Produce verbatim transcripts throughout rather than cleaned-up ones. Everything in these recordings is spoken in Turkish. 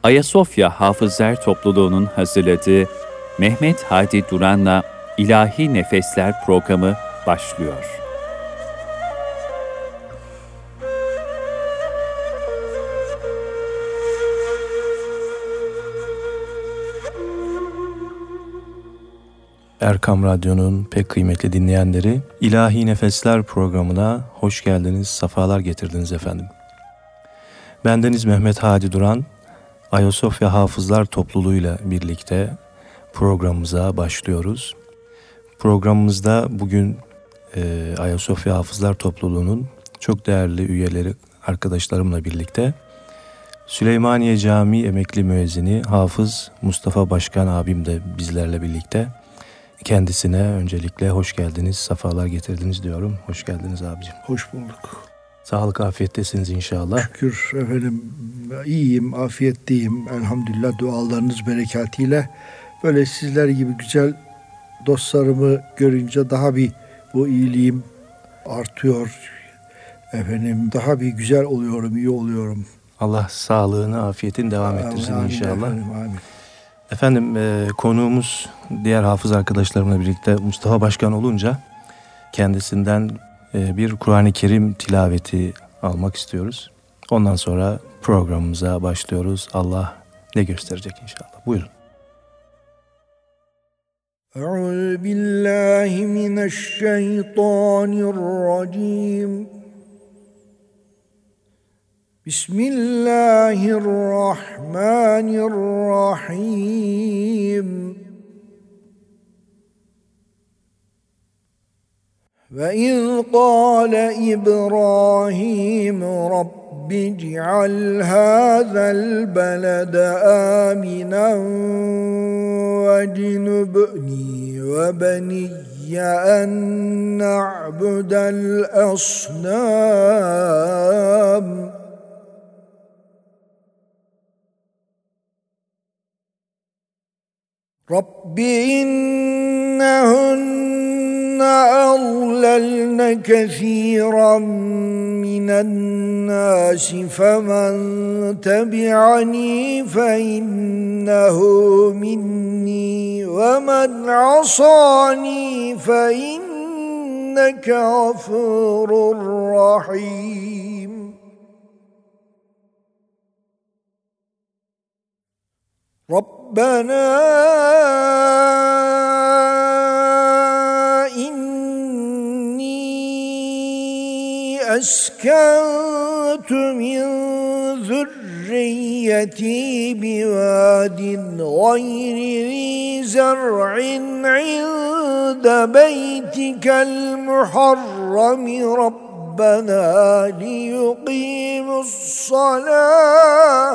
Ayasofya Hafızlar Topluluğu'nun hazırladığı Mehmet Hadi Duran'la İlahi Nefesler programı başlıyor. Erkam Radyo'nun pek kıymetli dinleyenleri, İlahi Nefesler programına hoş geldiniz, sefalar getirdiniz efendim. Bendeniz Mehmet Hadi Duran, Ayasofya Hafızlar Topluluğu'yla birlikte programımıza başlıyoruz. Programımızda bugün e, Ayasofya Hafızlar Topluluğu'nun çok değerli üyeleri, arkadaşlarımla birlikte Süleymaniye Camii emekli müezzini Hafız Mustafa Başkan abim de bizlerle birlikte. Kendisine öncelikle hoş geldiniz, sefalar getirdiniz diyorum. Hoş geldiniz abicim. Hoş bulduk. Sağlık, afiyettesiniz inşallah. Şükür efendim, iyiyim, afiyetteyim. Elhamdülillah, dualarınız berekatiyle. Böyle sizler gibi güzel dostlarımı görünce daha bir bu iyiliğim artıyor. Efendim, daha bir güzel oluyorum, iyi oluyorum. Allah sağlığını, afiyetin devam ettirsin amin, inşallah. Efendim, amin. Efendim e, konuğumuz diğer hafız arkadaşlarımla birlikte Mustafa Başkan olunca kendisinden e, bir Kur'an-ı Kerim tilaveti almak istiyoruz. Ondan sonra programımıza başlıyoruz. Allah ne gösterecek inşallah. Buyurun. Euzubillahimineşşeytanirracim. Bismillahirrahmanirrahim. Ve iz qâle İbrahim Rabbi ic'al hâzel belede âminen ve cinubni ve beniyye en na'budel asnâm. Rabbi innehunne adlelne kesiran minen nâsi femen tebi'ani fe innehu minni ve men asani fe inneke gafurur rahim. ربنا إني أسكنت من ذريتي بواد غير ذي زرع عند بيتك المحرم ربنا ليقيموا الصلاة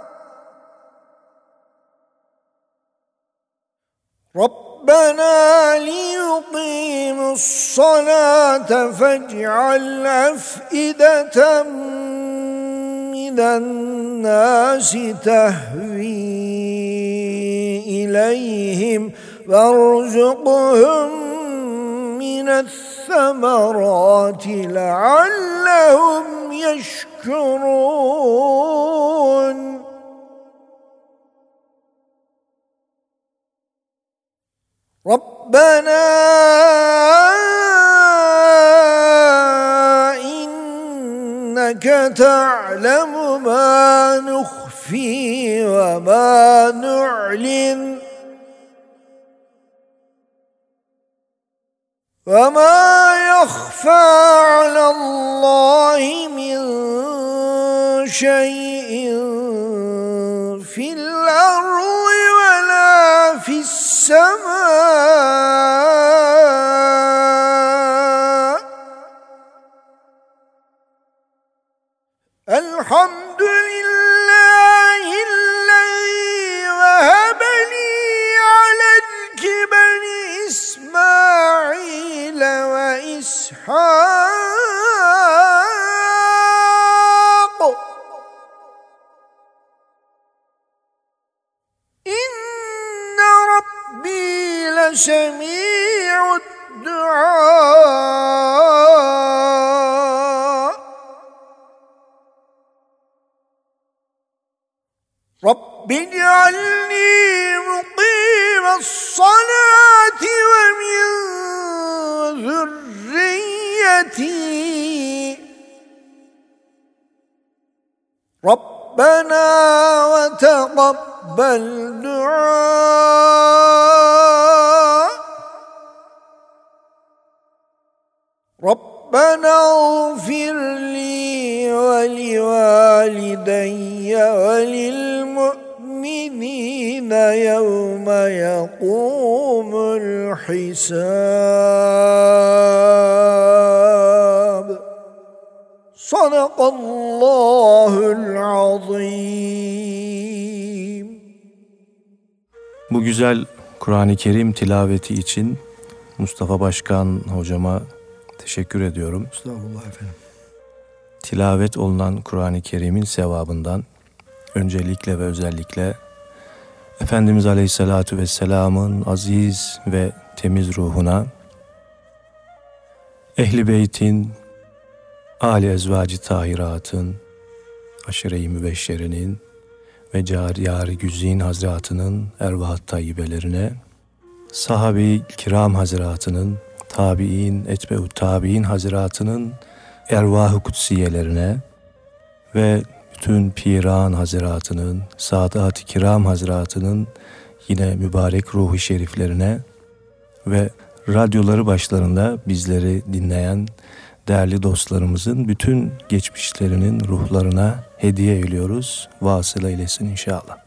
ربنا ليقيموا الصلاة فاجعل أفئدة من الناس تهوي إليهم وارزقهم من الثمرات لعلهم يشكرون ربنا إنك تعلم ما نخفي وما نعلن وما يخفى على الله من شيء في الأرض ولا في السماء الحمد لله الذي وهب لي على الكبر إسماعيل وإسحاق إن ربي لسميع الدعاء رب الصلاة ومن ذريتي ربنا وتقبل دعاء ربنا اغفر لي ولوالدي وللمؤمنين يوم يقوم الحساب Sadakallahul azim. Bu güzel Kur'an-ı Kerim tilaveti için Mustafa Başkan hocama teşekkür ediyorum. Estağfurullah efendim. Tilavet olunan Kur'an-ı Kerim'in sevabından öncelikle ve özellikle Efendimiz Aleyhisselatü Vesselam'ın aziz ve temiz ruhuna, Ehl-i Beyt'in, âli ezvacı tahiratın, aşire-i mübeşşerinin ve cariyâr-i güzin hazretinin ervah-ı tayyibelerine, sahabe-i kiram hazretinin, tabi'in, etbe-u tabi'in hazretinin ervah-ı kutsiyelerine ve bütün piran hazretinin, Sadat-ı Kiram hazretinin yine mübarek ruhu şeriflerine ve radyoları başlarında bizleri dinleyen değerli dostlarımızın bütün geçmişlerinin ruhlarına hediye ediyoruz. Vasıl eylesin inşallah.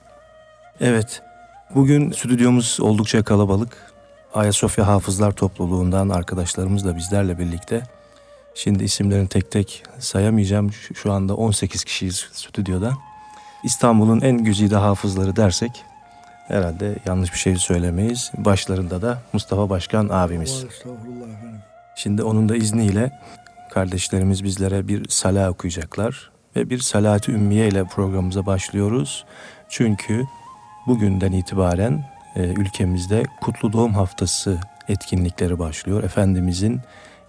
Evet, bugün stüdyomuz oldukça kalabalık. Ayasofya Hafızlar Topluluğundan arkadaşlarımız da bizlerle birlikte. Şimdi isimlerini tek tek sayamayacağım. Şu, şu anda on sekiz kişiyiz stüdyoda. İstanbul'un en güzide hafızları dersek herhalde yanlış bir şey söylemeyiz. Başlarında da Mustafa Başkan abimiz. Estağfurullah efendim. Şimdi onun da izniyle kardeşlerimiz bizlere bir sala okuyacaklar. Ve bir salat-ı ümmiye ile programımıza başlıyoruz. Çünkü bugünden itibaren e, ülkemizde Kutlu Doğum Haftası etkinlikleri başlıyor. Efendimizin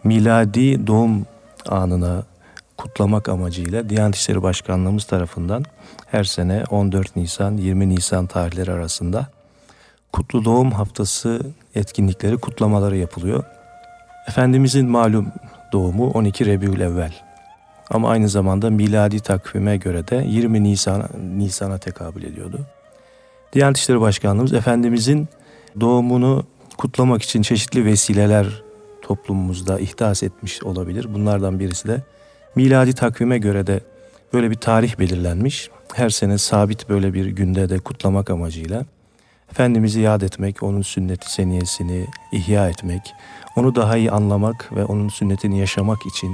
miladi doğum anına kutlamak amacıyla Diyanet İşleri Başkanlığımız tarafından her sene on dört Nisan yirmi Nisan tarihleri arasında Kutlu Doğum Haftası etkinlikleri, kutlamaları yapılıyor. Efendimizin malum doğumu on iki Rebiülevvel. Ama aynı zamanda miladi takvime göre de yirmi Nisan Nisan'a tekabül ediyordu. Diyanet İşleri Başkanlığımız Efendimizin doğumunu kutlamak için çeşitli vesileler toplumumuzda ihdas etmiş olabilir. Bunlardan birisi de miladi takvime göre de böyle bir tarih belirlenmiş. Her sene sabit böyle bir günde de kutlamak amacıyla Efendimiz'i yad etmek, onun sünnet-i seniyesini ihya etmek, onu daha iyi anlamak ve onun sünnetini yaşamak için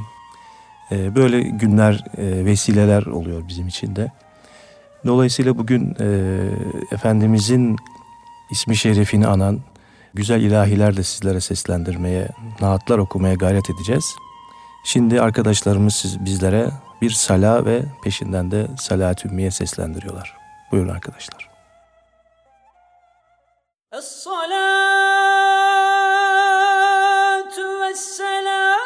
e, böyle günler, e, vesileler oluyor bizim için de. Dolayısıyla bugün e, Efendimiz'in ismi şerifini anan güzel ilahiler de sizlere seslendirmeye, naatlar okumaya gayret edeceğiz. Şimdi arkadaşlarımız siz, bizlere bir sala ve peşinden de salat-ı ümmiye seslendiriyorlar. Buyurun arkadaşlar. Es-salatu vesselam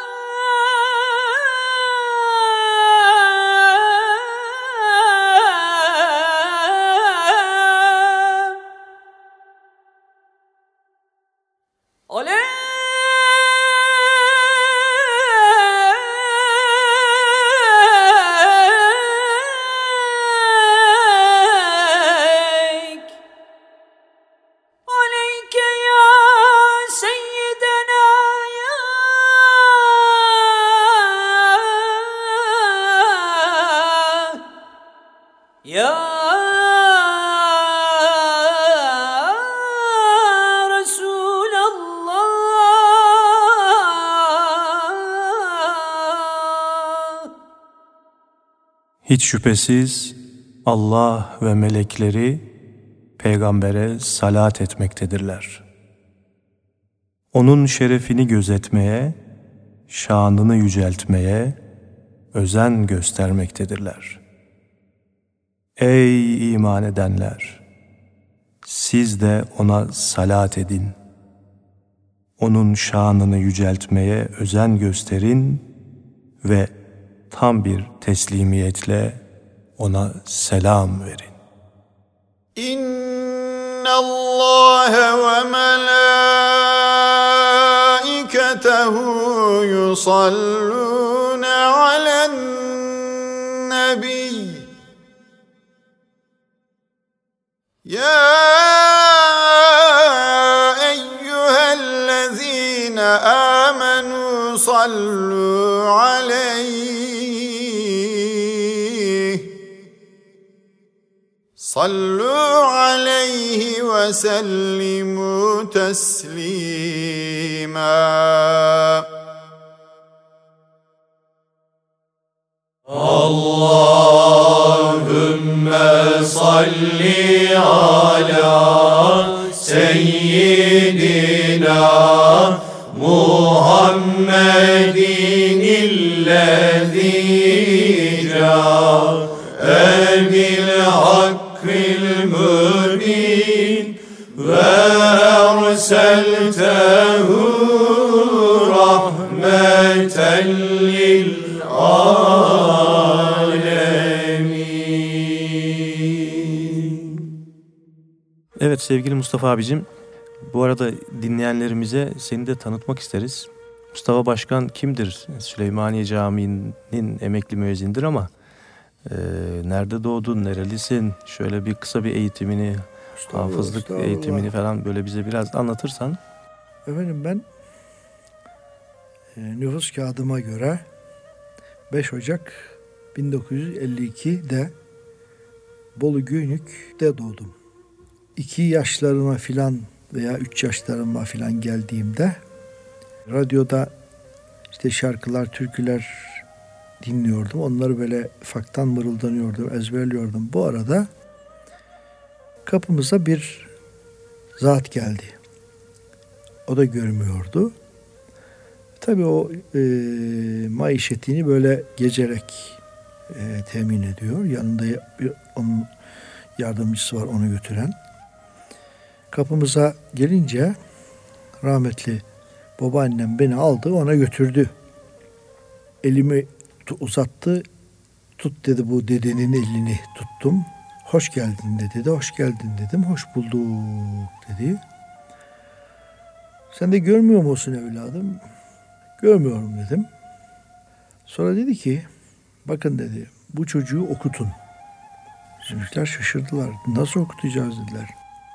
Hiç şüphesiz Allah ve melekleri peygambere salat etmektedirler. Onun şerefini gözetmeye, şanını yüceltmeye özen göstermektedirler. Ey iman edenler! Siz de ona salat edin. Onun şanını yüceltmeye özen gösterin ve tam bir teslimiyetle ona selam verin. İnna İnnallâhe ve melâiketehu yusallûne alen nebiy. Ya eyyühellezîne âmenû sallû aleyh sallû aleyhi ve sellimû teslîmâ. Allahümme salli ala seyyidina Muhammedin illezî câe bil hakkil mübin ve erseltehu rahmeten lil alemin. Evet sevgili Mustafa abicim, bu arada dinleyenlerimize seni de tanıtmak isteriz. Mustafa Başkan kimdir? Süleymaniye Camii'nin emekli müezzindir ama e, nerede doğdun, nerelisin? Şöyle bir kısa bir eğitimini, Mustafa, hafızlık Mustafa eğitimini falan böyle bize biraz anlatırsan. Efendim ben e, nüfus kağıdıma göre beş Ocak bin dokuz yüz elli iki'de Bolu Göynük'te doğdum. iki yaşlarıma filan veya üç yaşlarıma filan geldiğimde radyoda işte şarkılar, türküler dinliyordum. Onları böyle ufaktan mırıldanıyordum, ezberliyordum. Bu arada kapımıza bir zat geldi. O da görmüyordu. Tabii o e, maişetini böyle gecerek e, temin ediyor. Yanında bir, onun yardımcısı var, onu götüren. Kapımıza gelince rahmetli babaannem beni aldı, ona götürdü. Elimi uzattı. Tut dedi, bu dedenin elini tuttum. Hoş geldin de dedi. Hoş geldin dedim. Hoş bulduk dedi. Sen de görmüyor musun evladım? Görmüyorum dedim. Sonra dedi ki, bakın dedi, bu çocuğu okutun. Bizimkiler şaşırdılar. Nasıl okutacağız dediler.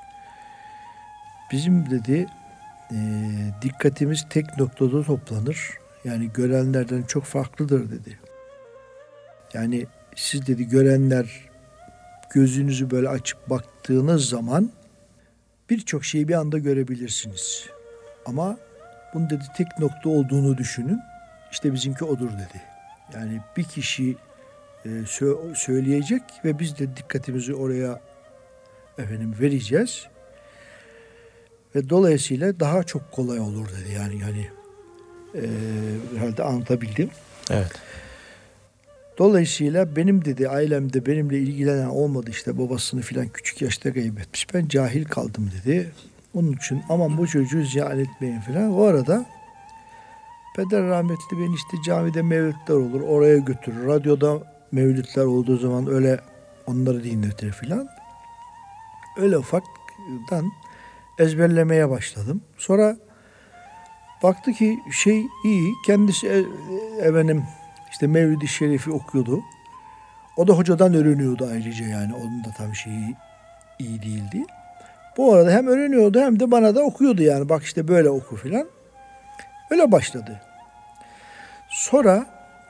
Bizim dedi e, dikkatimiz tek noktada toplanır. Yani görenlerden çok farklıdır dedi. Yani siz dedi görenler gözünüzü böyle açıp baktığınız zaman birçok şeyi bir anda görebilirsiniz. Ama bunun dedi tek nokta olduğunu düşünün. İşte bizimki odur dedi. Yani bir kişi e, sö- söyleyecek ve biz de dikkatimizi oraya efendim vereceğiz. Ve dolayısıyla daha çok kolay olur dedi. Yani yani e, herhalde anlatabildim. Evet. Dolayısıyla benim dedi ailemde benimle ilgilenen olmadı, işte babasını filan küçük yaşta kaybetmiş. Ben cahil kaldım dedi. Onun için aman bu çocuğu ziyan etmeyin filan. O arada peder rahmetli beni işte camide mevlütler olur, oraya götürür. Radyoda mevlütler olduğu zaman öyle onları dinletir filan. Öyle ufaktan ezberlemeye başladım. Sonra baktı ki şey iyi. Kendisi e, efendim işte Mevlid-i Şerif'i okuyordu. O da hocadan öğreniyordu ayrıca, yani onun da tabii şeyi iyi değildi. Bu arada hem öğreniyordu hem de bana da okuyordu, yani bak işte böyle oku filan. Öyle başladı. Sonra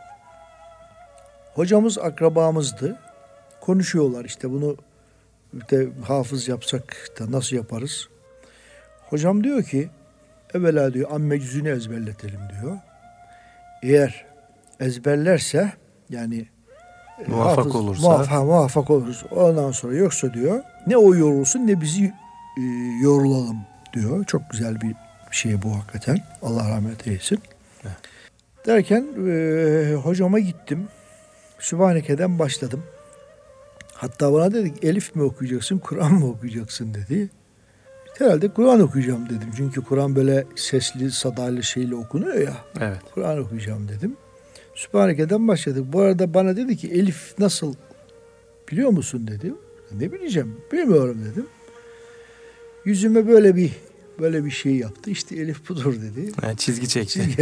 hocamız akrabamızdı. Konuşuyorlar işte bunu de hafız yapsak da nasıl yaparız? Hocam diyor ki evvela diyor amme cüzünü ezberletelim diyor. Eğer ezberlerse yani muvaffak hafız, olursa muvaffak, muvaffak oluruz. Ondan sonra yoksa diyor ne o yorulsun ne bizi e, yorulalım diyor. Çok güzel bir şey bu hakikaten. Allah rahmet eylesin. Evet. Derken e, hocama gittim. Sübhaneke'den başladım. Hatta bana dedi Elif mi okuyacaksın, Kur'an mı okuyacaksın dedi. Herhalde Kur'an okuyacağım dedim. Çünkü Kur'an böyle sesli, sadaylı şeyle okunuyor ya. Evet. Kur'an okuyacağım dedim. Sübhaneke'den başladık. Bu arada bana dedi ki Elif nasıl biliyor musun dedi. Ne bileceğim, bilmiyorum dedim. yüzüme böyle bir böyle bir şey yaptı. İşte Elif budur dedi. Ha, çizgi çekti. Çizgi,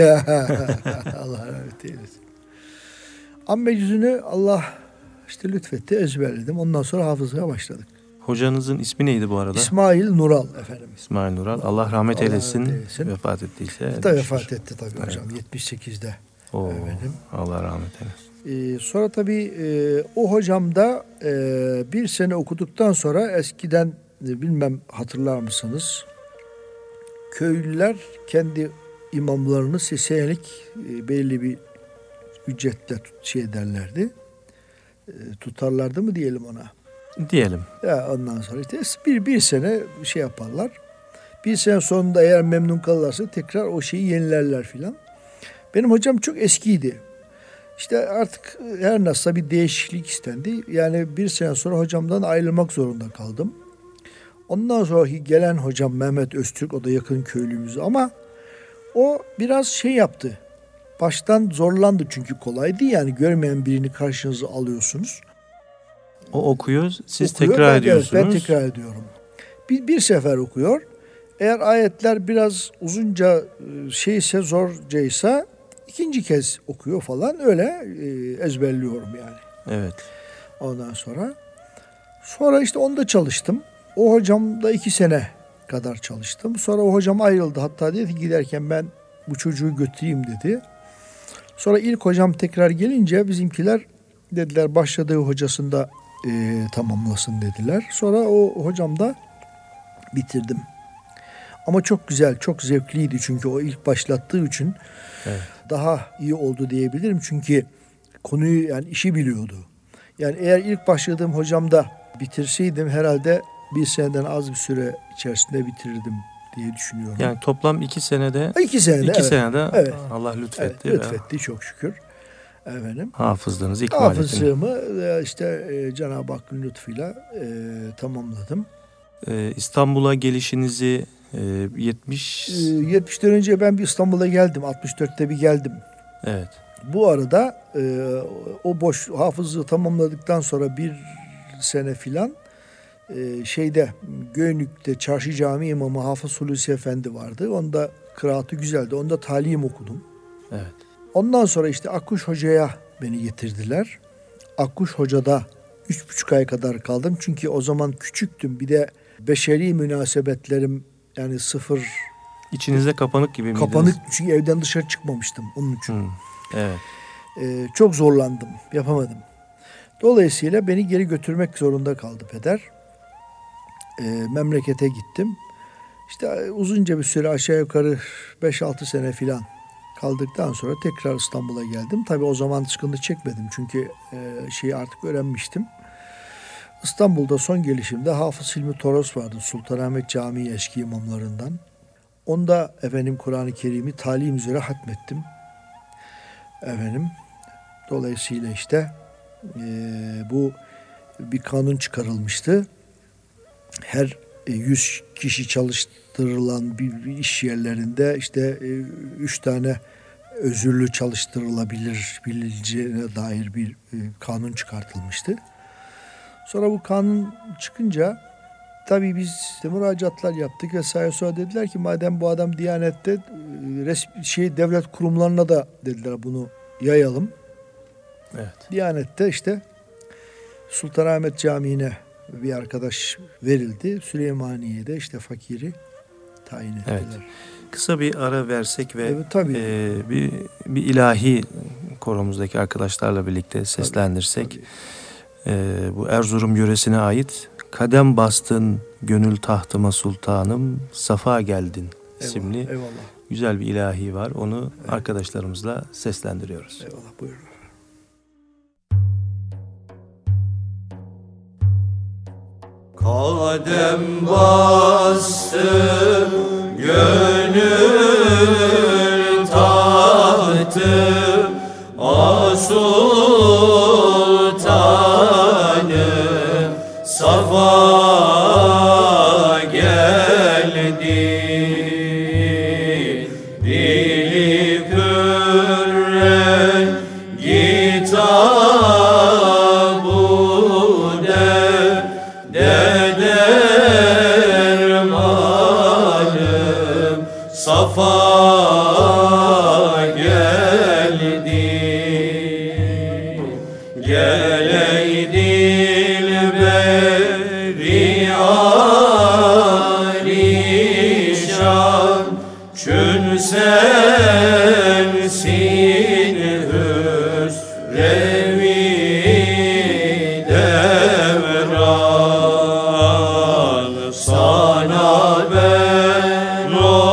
Allah rahmet eylesin. Amme yüzünü Allah işte lütfetti, ezberledim. Ondan sonra hafızaya başladık. Hocanızın ismi neydi bu arada? İsmail Nural efendim. İsmail Nural. Allah rahmet Allah eylesin. rahmet eylesin. Vefat ettiyse. O da vefat etti tabii hocam. Evet. yetmiş sekizde. Oo, efendim. Allah rahmet eylesin. Ee, sonra tabii e, o hocam da e, bir sene okuduktan sonra eskiden e, bilmem hatırlar mısınız? Köylüler kendi imamlarını senelik e, belli bir ücretle tut, şey ederlerdi. E, tutarlardı mı diyelim ona? Diyelim. Ya ondan sonra işte bir, bir sene şey yaparlar. Bir sene sonunda eğer memnun kalırlarsa tekrar o şeyi yenilerler filan. Benim hocam çok eskiydi. İşte artık her nasılsa bir değişiklik istendi. Yani bir sene sonra hocamdan ayrılmak zorunda kaldım. Ondan sonraki gelen hocam Mehmet Öztürk, o da yakın köylümüz ama o biraz şey yaptı. Baştan zorlandı çünkü kolaydı yani görmeyen birini karşınıza alıyorsunuz. O okuyor, siz okuyor, tekrar ben, ediyorsunuz. Evet, ben tekrar ediyorum. Bir, bir sefer okuyor. Eğer ayetler biraz uzunca şeyse, zorcaysa ikinci kez okuyor falan, öyle e, ezberliyorum yani. Evet. Ondan sonra sonra işte onda çalıştım. O hocamda iki sene kadar çalıştım. Sonra o hocam ayrıldı. Hatta dedi ki giderken ben bu çocuğu götüreyim dedi. Sonra ilk hocam tekrar gelince bizimkiler dediler başladığı hocasında e, tamamlasın dediler. Sonra o hocam da bitirdim. Ama çok güzel, çok zevkliydi çünkü o ilk başlattığı için evet. Daha iyi oldu diyebilirim. Çünkü konuyu yani işi biliyordu. Yani eğer ilk başladığım hocamda bitirseydim herhalde bir seneden az bir süre içerisinde bitirirdim diye düşünüyorum. Yani toplam iki senede iki senede, iki evet. senede evet. Allah lütfetti. Evet, lütfetti çok şükür. Efendim. Hafızlığınızı ikmal ettiniz. Hafızlığımı işte Cenab-ı Hakk'ın lütfuyla e, tamamladım. Ee, İstanbul'a gelişinizi e, yetmiş... E, yetmişten önce ben bir İstanbul'a geldim. altmış dörtte bir geldim. Evet. Bu arada e, o boş hafızlığı tamamladıktan sonra bir sene filan e, şeyde Göynük'te Çarşı Camii İmamı Hafız Hulusi Efendi vardı. Onda kıraatı güzeldi. Onda talim okudum. Evet. Ondan sonra işte Akkuş Hoca'ya beni getirdiler. Akkuş Hoca'da üç buçuk ay kadar kaldım. Çünkü o zaman küçüktüm. Bir de beşeri münasebetlerim yani sıfır. İçinize kapanık gibi miydiniz? Kapanık, çünkü evden dışarı çıkmamıştım onun için. Hmm, evet. Ee, çok zorlandım. Yapamadım. Dolayısıyla beni geri götürmek zorunda kaldı peder. Ee, memlekete gittim. İşte uzunca bir süre aşağı yukarı beş altı sene filan kaldıktan sonra tekrar İstanbul'a geldim. Tabii o zaman sıkıntı çekmedim. Çünkü e, şeyi artık öğrenmiştim. İstanbul'da son gelişimde Hafız Hilmi Toros vardı. Sultanahmet Camii eski imamlarından. Onda efendim Kur'an-ı Kerim'i talim üzere hatmettim. Efendim dolayısıyla işte e, bu bir kanun çıkarılmıştı. Her yüz kişi çalıştırılan bir, bir iş yerlerinde işte e, üç tane özürlü çalıştırılabilir bileceğine dair bir e, kanun çıkartılmıştı. Sonra bu kanun çıkınca tabii biz işte müracaatlar yaptık vesaire, sonra dediler ki madem bu adam Diyanet'te e, resmi şey devlet kurumlarına da dediler bunu yayalım. Evet. Diyanet'te işte Sultanahmet Camii'ne bir arkadaş verildi. Süleymaniye'de işte fakiri tayin ettiler. Evet. Kısa bir ara versek ve evet, tabii. E, bir, bir ilahi koromuzdaki arkadaşlarla birlikte seslendirsek. Tabii, tabii. E, bu Erzurum yöresine ait Kadem bastın gönül tahtıma sultanım, safa geldin isimli eyvallah, eyvallah. güzel bir ilahi var. Onu evet. arkadaşlarımızla seslendiriyoruz. Eyvallah, buyurun. Kadem bastım gönül tahtım a sultanım, safa geldi dili pürren kitabı der deder ma safa geldi. Gel ey dilberi alişan, çün sensin hüsrevi devran. Sana ben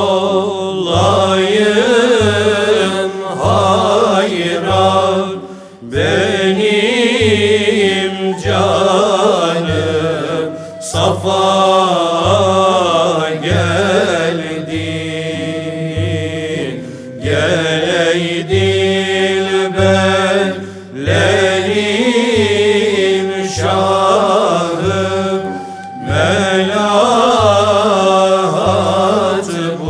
olayım hayran, benim canım safa geldi. Gel ey dilberlerim şahım, melahat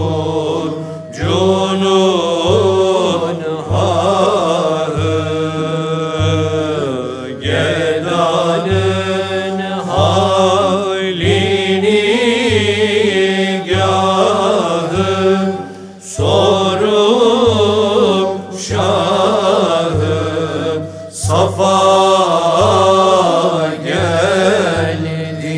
burcunun hahı. Gedanın halini gahı sorup şahım safa geldi.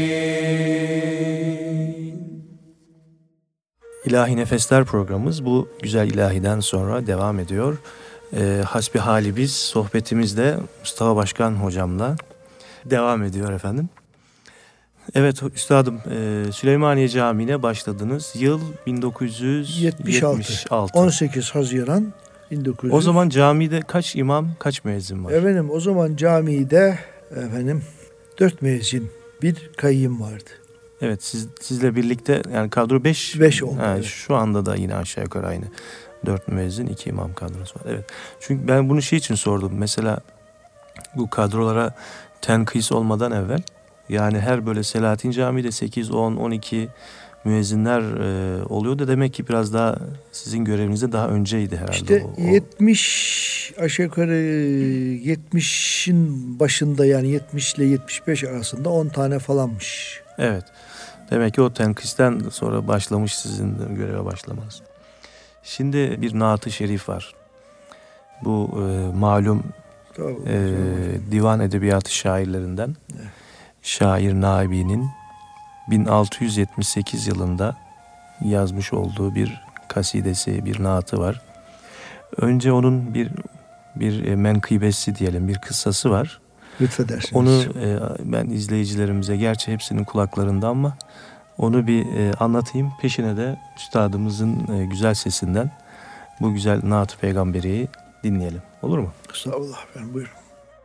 İlahi Nefesler programımız bu güzel ilahiden sonra devam ediyor. Ee, hasbihali biz sohbetimizde Mustafa Başkan hocamla devam ediyor efendim. Evet üstadım, e, Süleymaniye Camii'ne başladınız. Yıl bin dokuz yüz yetmiş altı. on sekiz Haziran bin dokuz yüz. O zaman camide kaç imam, kaç müezzin var? Efendim o zaman camide efendim dört müezzin, bir kayyım vardı. Evet, siz sizle birlikte yani kadro beş. Beş oldu, Ha, evet. Şu anda da yine aşağı yukarı aynı. Dört müezzin, iki imam kadrosu var. Evet. Çünkü ben bunu şey için sordum. Mesela bu kadrolara tenkis olmadan evvel, yani her böyle Selahattin Camii'de sekiz, on, on iki müezzinler e, oluyordu. Demek ki biraz daha sizin görevinizde daha önceydi herhalde. İşte o, o. yetmiş aşağı yukarı yetmişin başında, yani yetmiş ile yetmiş beş arasında on tane falanmış. Evet. Demek ki o tenkisten sonra başlamış sizin de göreve başlamanız. Şimdi bir naat-ı şerif var. Bu e, malum Tamam, e, tamam. divan edebiyatı şairlerinden Evet. şair Nabi'nin bin altı yüz yetmiş sekiz yılında yazmış olduğu bir kasidesi, bir naatı var. Önce onun bir bir menkıbesi diyelim, bir kıssası var. Lütfedersiniz. Onu e, ben izleyicilerimize, gerçi hepsinin kulaklarında ama onu bir e, anlatayım. Peşine de üstadımızın e, güzel sesinden bu güzel Naat-ı Peygamberi'yi dinleyelim. Olur mu? Estağfurullah efendim, buyurun.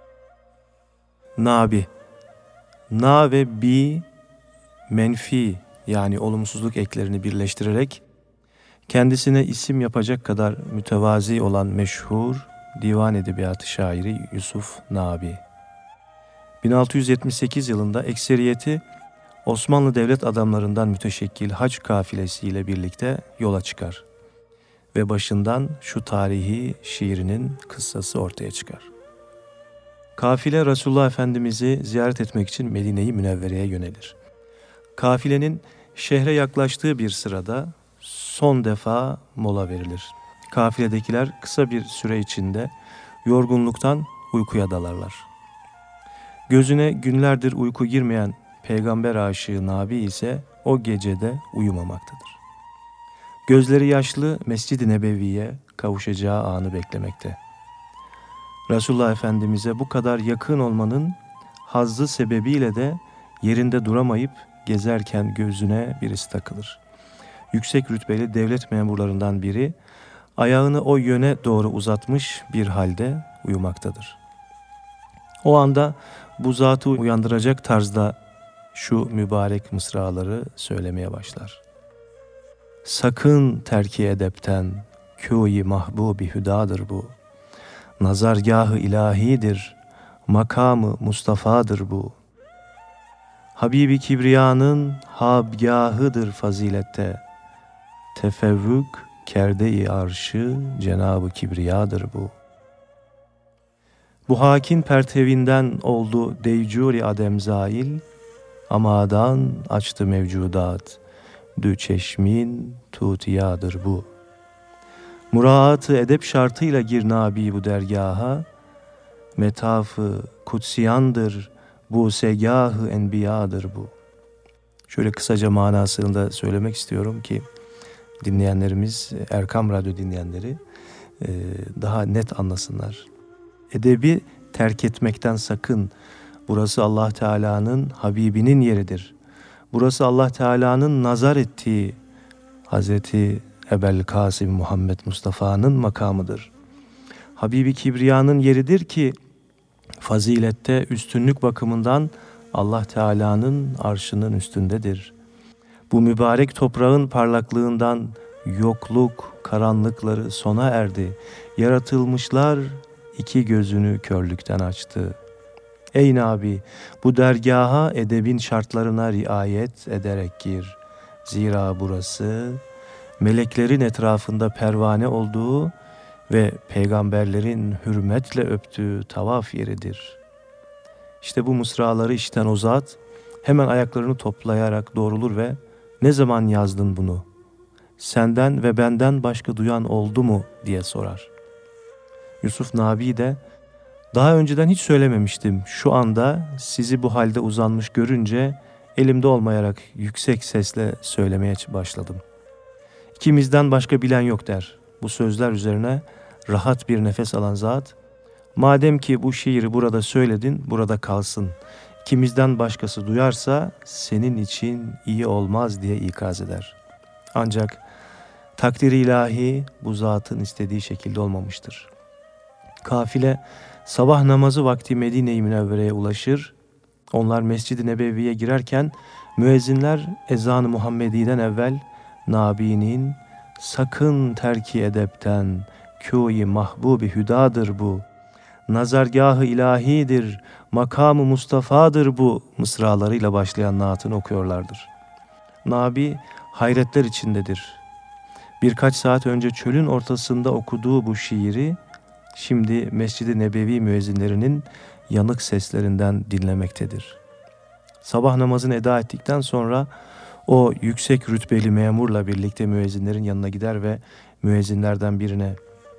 Nabi. Na ve bi menfi, yani olumsuzluk eklerini birleştirerek kendisine isim yapacak kadar mütevazi olan meşhur divan edebiyatı şairi Yusuf Nabi. bin altı yüz yetmiş sekiz yılında ekseriyeti Osmanlı devlet adamlarından müteşekkil hac kafilesiyle birlikte yola çıkar ve başından şu tarihi şiirinin kıssası ortaya çıkar. Kafile Resulullah Efendimiz'i ziyaret etmek için Medine-i Münevvere'ye yönelir. Kafilenin şehre yaklaştığı bir sırada son defa mola verilir. Kafiledekiler kısa bir süre içinde yorgunluktan uykuya dalarlar. Gözüne günlerdir uyku girmeyen peygamber aşığı Nabi ise o gecede uyumamaktadır. Gözleri yaşlı Mescid-i Nebevi'ye kavuşacağı anı beklemekte. Resulullah Efendimiz'e bu kadar yakın olmanın hazzı sebebiyle de yerinde duramayıp gezerken gözüne birisi takılır. Yüksek rütbeli devlet memurlarından biri ayağını o yöne doğru uzatmış bir halde uyumaktadır. O anda bu zatı uyandıracak tarzda şu mübarek mısraları söylemeye başlar. Sakın terki edepten, kûyi mahbubi hüdadır bu. Nazargâh-ı ilahidir, makamı Mustafa'dır bu. Habibi Kibriya'nın habgâhıdır fazilette. Tefevvük kerde-i arşı Cenab-ı Kibriya'dır bu. Bu hakin pertevinden oldu deycûri adem zail, amadan açtı mevcudat. dü çeşmin tutiyadır bu. Muraatı edep şartıyla gir nabi bu dergaha, metafı kutsiyandır, bu segahı enbiyadır bu. Şöyle kısaca manasını da söylemek istiyorum ki dinleyenlerimiz, Erkam Radyo dinleyenleri daha net anlasınlar. Edebi terk etmekten sakın. Burası Allah Teala'nın Habibinin yeridir. Burası Allah Teala'nın nazar ettiği Hazreti Ebel Kasım Muhammed Mustafa'nın makamıdır. Habibi Kibriya'nın yeridir ki fazilette üstünlük bakımından Allah Teala'nın arşının üstündedir. Bu mübarek toprağın parlaklığından yokluk, karanlıkları sona erdi. Yaratılmışlar iki gözünü körlükten açtı. Ey Nabi, bu dergaha edebin şartlarına riayet ederek gir. Zira burası meleklerin etrafında pervane olduğu ve peygamberlerin hürmetle öptüğü tavaf yeridir. İşte bu mısraları işiten o zat hemen ayaklarını toplayarak doğrulur ve ne zaman yazdın bunu? Senden ve benden başka duyan oldu mu diye sorar. Yusuf Nabi de daha önceden hiç söylememiştim. Şu anda sizi bu halde uzanmış görünce elimde olmayarak yüksek sesle söylemeye başladım. İkimizden başka bilen yok der. Bu sözler üzerine rahat bir nefes alan zat, madem ki bu şiiri burada söyledin, burada kalsın. İkimizden başkası duyarsa senin için iyi olmaz diye ikaz eder. Ancak takdir-i ilahi bu zatın istediği şekilde olmamıştır. Kafile sabah namazı vakti Medine-i Münevvere'ye ulaşır. Onlar Mescid-i Nebevi'ye girerken müezzinler ezan-ı Muhammedi'den evvel Nabi'nin sakın terki edepten, kû-i mahbub-i hüdadır bu, nazargâh-ı ilahidir, makamı Mustafa'dır bu mısralarıyla başlayan naatını okuyorlardır. Nabi hayretler içindedir. Birkaç saat önce çölün ortasında okuduğu bu şiiri şimdi Mescid-i Nebevi müezzinlerinin yanık seslerinden dinlemektedir. Sabah namazını eda ettikten sonra o yüksek rütbeli memurla birlikte müezzinlerin yanına gider ve müezzinlerden birine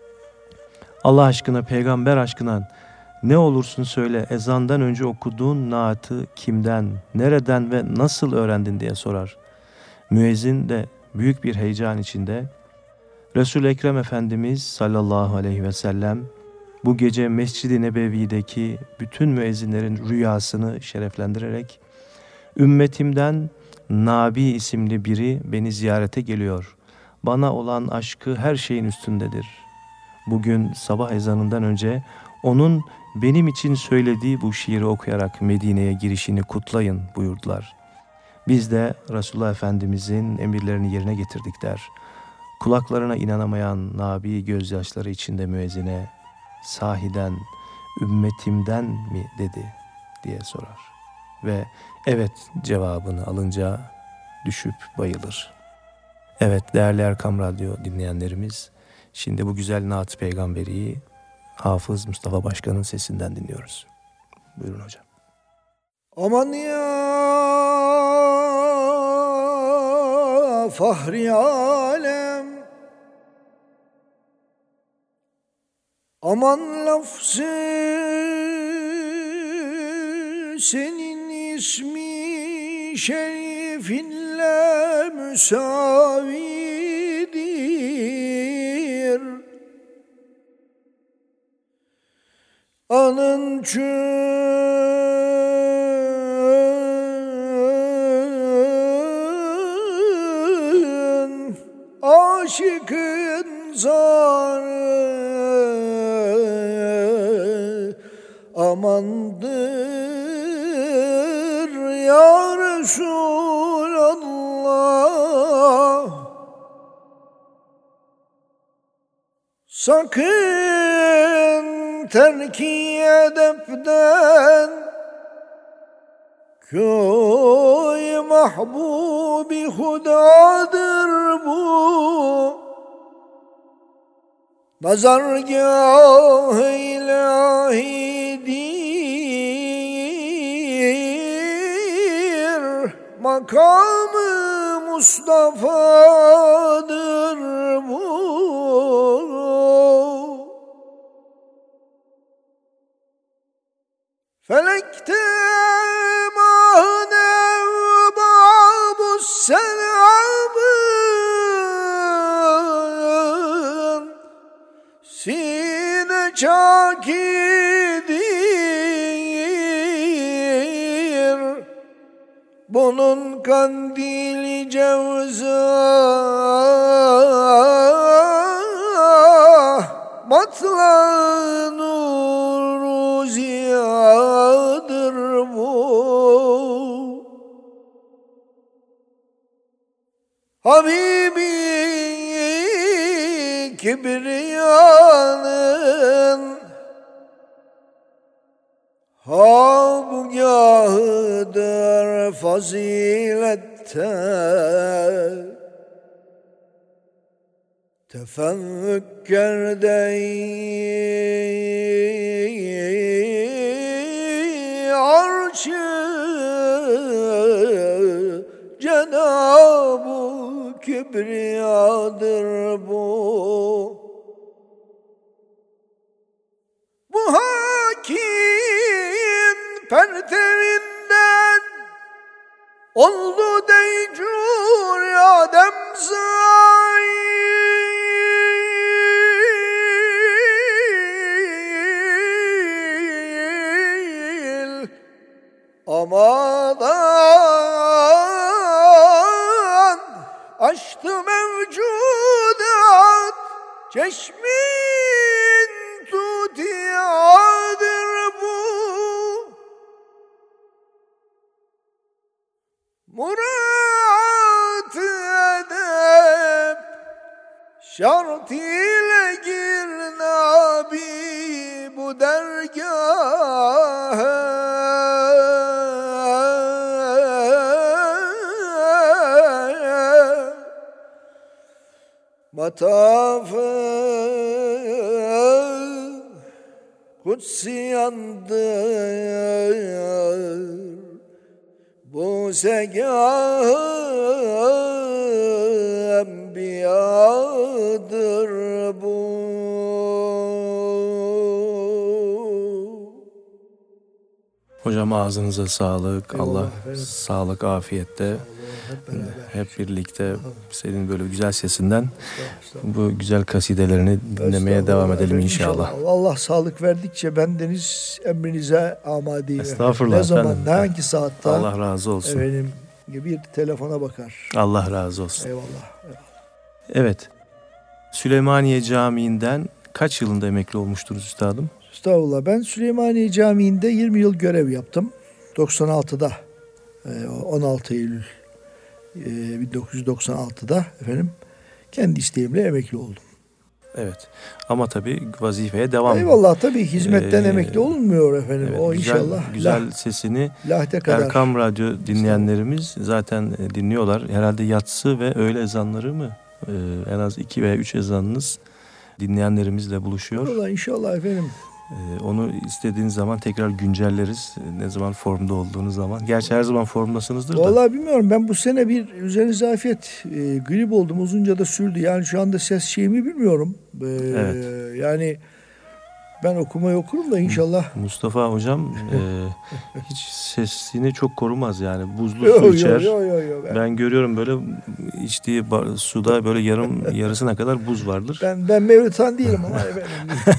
Allah aşkına, peygamber aşkına ne olursun söyle, ezandan önce okuduğun naatı kimden, nereden ve nasıl öğrendin diye sorar. Müezzin de büyük bir heyecan içinde Resul-i Ekrem Efendimiz sallallahu aleyhi ve sellem bu gece Mescid-i Nebevi'deki bütün müezzinlerin rüyasını şereflendirerek ümmetimden Nabi isimli biri beni ziyarete geliyor. Bana olan aşkı her şeyin üstündedir. Bugün sabah ezanından önce onun benim için söylediği bu şiiri okuyarak Medine'ye girişini kutlayın buyurdular. Biz de Resulullah Efendimizin emirlerini yerine getirdik der. Kulaklarına inanamayan Nabi gözyaşları içinde müezzine sahiden ümmetimden mi dedi diye sorar. Ve evet cevabını alınca düşüp bayılır. Evet değerli Erkam Radyo dinleyenlerimiz, şimdi bu güzel Naat Peygamberi'yi Hafız Mustafa Başkan'ın sesinden dinliyoruz. Buyurun hocam. Aman ya fahri alem, aman lafzı senin ismi şerifinle müsavidir. Anın çün aşıkın zarı amandır ya Resulallah. Sakın terki edepten köy mahbubi hudadır bu. Nazargâh-ı ilahidir, makamı Mustafa'dır bu. Felekte mahne babu selamın sine çakidir. Bunun kandili cevza matla nuru ziyadır bu. Habibi kibriyanın habgâhıdır fazilette. Tefekkür dey arşı Cenab-ı Kibriyadır bu. Bu hakim pertevinden oldu deycur Adem zail. Amadan açtı mevcudat çeşmin tutiyadır bu. Murat-ı edep şart ile gir Nabi bu dergaha. Matafı kutsiyandır bu segâh enbiyadır bu. Hocam ağzınıza sağlık. Eyvallah Allah efendim. sağlık, afiyette. Hep beraber. Hep birlikte senin böyle güzel sesinden bu güzel kasidelerini dinlemeye devam edelim inşallah. Allah sağlık verdikçe bendeniz emrinize amadeyim. Estağfurullah Ne zaman, efendim. ne hangi saatte? Allah razı olsun. Efendim bir telefona bakar. Allah razı olsun. Eyvallah. Eyvallah. Evet. Süleymaniye Camii'nden kaç yılında emekli olmuştunuz üstadım? Estağfurullah. Ben Süleymaniye Camii'nde yirmi yıl görev yaptım. doksan altıda on altı Eylül bin dokuz yüz doksan altıda efendim kendi isteğimle emekli oldum. Evet. Ama tabii vazifeye devam. Eyvallah, tabii hizmetten Ee, emekli olunmuyor efendim. Evet, o güzel, inşallah. Güzel lah, sesini lahte kadar. Erkam Radyo dinleyenlerimiz zaten dinliyorlar. Herhalde yatsı ve öğle ezanları mı? Ee, en az iki veya üç ezanınız dinleyenlerimizle buluşuyor. İnşallah, inşallah efendim. Ee, onu istediğiniz zaman tekrar güncelleriz. Ne zaman formda olduğunuz zaman. Gerçi her zaman formdasınızdır da. Vallahi bilmiyorum. Ben bu sene bir üzerinize afiyet e, grip oldum. Uzunca da sürdü. Yani şu anda ses şeyimi bilmiyorum. Ee, Evet. Yani ben okumayı okurum da inşallah. Mustafa hocam e, hiç sesini çok korumaz yani. Buzlu Yo, su yo, içer. yo, yo, yo. Ben, Ben görüyorum böyle içtiği ba- suda böyle yarım yarısına kadar buz vardır. ben, ben Mevlüthan değilim ama efendim.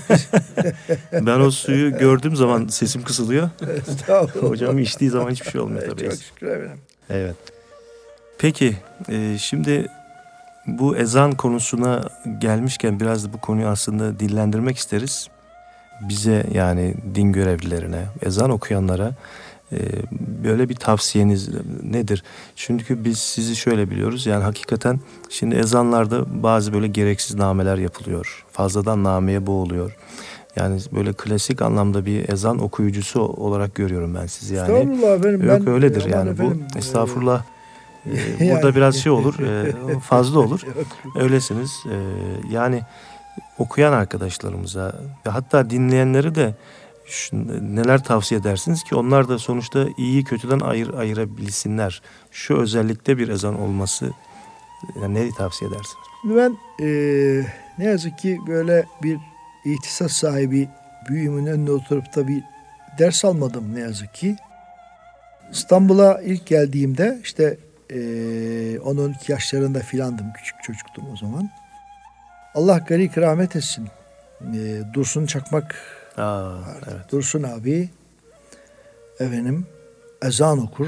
Ben o suyu gördüğüm zaman sesim kısılıyor. Estağfurullah. Hocam içtiği zaman hiçbir şey olmuyor Evet, tabii. çok şükür efendim. Evet. Peki e, şimdi bu ezan konusuna gelmişken biraz da bu konuyu aslında dillendirmek isteriz. Bize yani din görevlilerine, ezan okuyanlara e, böyle bir tavsiyeniz nedir? Çünkü biz sizi şöyle biliyoruz, yani hakikaten şimdi ezanlarda bazı böyle gereksiz nameler yapılıyor. Fazladan nameye boğuluyor. Yani böyle klasik anlamda bir ezan okuyucusu olarak görüyorum ben sizi yani. Estağfurullah efendim. Yok ben, öyledir aman yani efendim, bu estağfurullah. e, yani- burada biraz şey olur, e, fazla olur. e, Öylesiniz. E, yani okuyan arkadaşlarımıza ve hatta dinleyenleri de şu, neler tavsiye edersiniz ki onlar da sonuçta iyiyi kötüden ayır, ayırabilsinler. Şu özellikle bir ezan olması Yani neyi tavsiye edersiniz? Şimdi ben e, ne yazık ki böyle bir ihtisas sahibi büyüğümün önüne oturup da bir ders almadım ne yazık ki. İstanbul'a ilk geldiğimde işte e, on on iki yaşlarında filandım, küçük çocuktum o zaman. Allah gani rahmet etsin. E, Dursun Çakmak Aa, vardı. evet. Dursun abi efendim ezan okur.